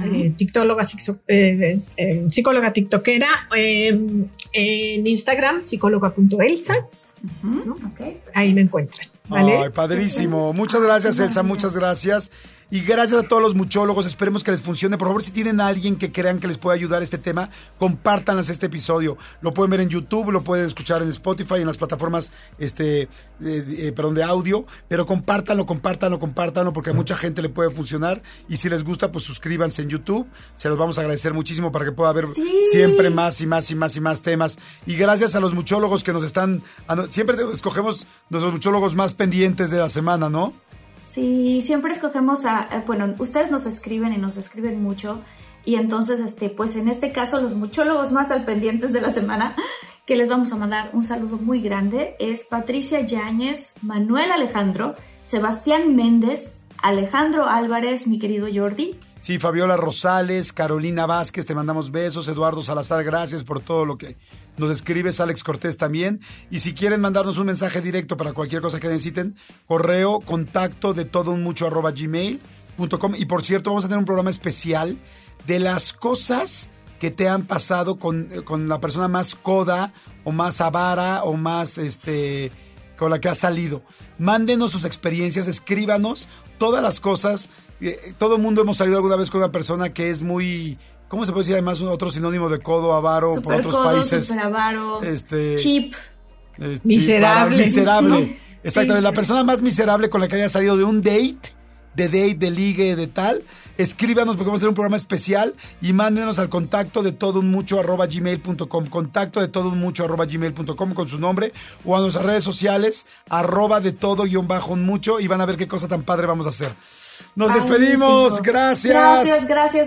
Psicóloga tiktokera, en Instagram, psicóloga.elsa, ¿no? Okay. Ahí me encuentran. ¿Vale? Ay, padrísimo. Muchas gracias, Elsa. Muchas gracias. Y gracias a todos los muchólogos. Esperemos que les funcione. Por favor, si tienen a alguien que crean que les pueda ayudar este tema, compártanles este episodio. Lo pueden ver en YouTube, lo pueden escuchar en Spotify, en las plataformas de audio. Pero compártanlo, porque a mucha gente le puede funcionar. Y si les gusta, pues suscríbanse en YouTube. Se los vamos a agradecer muchísimo para que pueda haber siempre más temas. Y gracias a los muchólogos que nos están... Siempre escogemos nuestros muchólogos más pendientes de la semana, ¿no? Sí, siempre escogemos ustedes nos escriben y nos escriben mucho y entonces, pues en este caso los muchólogos más al pendientes de la semana que les vamos a mandar un saludo muy grande es Patricia Yáñez, Manuel Alejandro, Sebastián Méndez, Alejandro Álvarez, mi querido Jordi. Sí, Fabiola Rosales, Carolina Vázquez, te mandamos besos, Eduardo Salazar, gracias por todo lo que nos escribes, Alex Cortés también. Y si quieren mandarnos un mensaje directo para cualquier cosa que necesiten, correo contacto de todounmucho@gmail.com. Y por cierto, vamos a tener un programa especial de las cosas que te han pasado con la persona más coda o más avara o más con la que has salido. Mándenos sus experiencias, escríbanos todas las cosas. Todo el mundo hemos salido alguna vez con una persona que es muy... ¿Cómo se puede decir además otro sinónimo de codo, avaro, Super por otros codo, países? Super avaro, cheap. Miserable. Miserable. Sí. Exactamente. Sí. La persona más miserable con la que haya salido de un date, de ligue, de tal, escríbanos porque vamos a hacer un programa especial y mándenos al contacto de todounmucho@gmail.com, contacto de todounmucho@gmail.com con su nombre o a nuestras redes sociales @de todo_un mucho y van a ver qué cosa tan padre vamos a hacer. Nos despedimos, gracias. Gracias.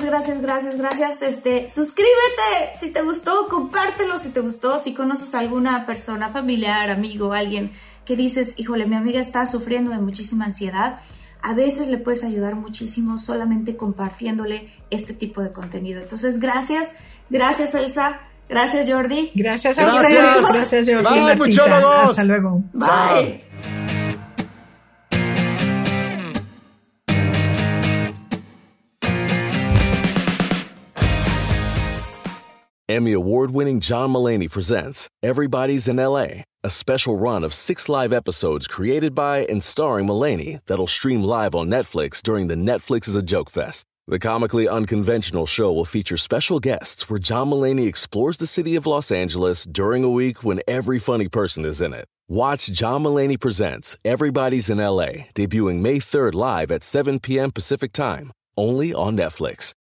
Suscríbete si te gustó, compártelo si te gustó, si conoces a alguna persona, familiar, amigo, alguien que dices, híjole, mi amiga está sufriendo de muchísima ansiedad. A veces le puedes ayudar muchísimo solamente compartiéndole este tipo de contenido. Entonces, gracias Elsa, gracias Jordi. Gracias a ustedes. Gracias Jordi. Bye, muchólogos. Hasta luego. Bye. Chao. Emmy award-winning John Mulaney presents Everybody's in L.A., a special run of 6 live episodes created by and starring Mulaney that'll stream live on Netflix during the Netflix is a Joke Fest. The comically unconventional show will feature special guests where John Mulaney explores the city of Los Angeles during a week when every funny person is in it. Watch John Mulaney Presents Everybody's in L.A., debuting May 3rd live at 7 p.m. Pacific Time, only on Netflix.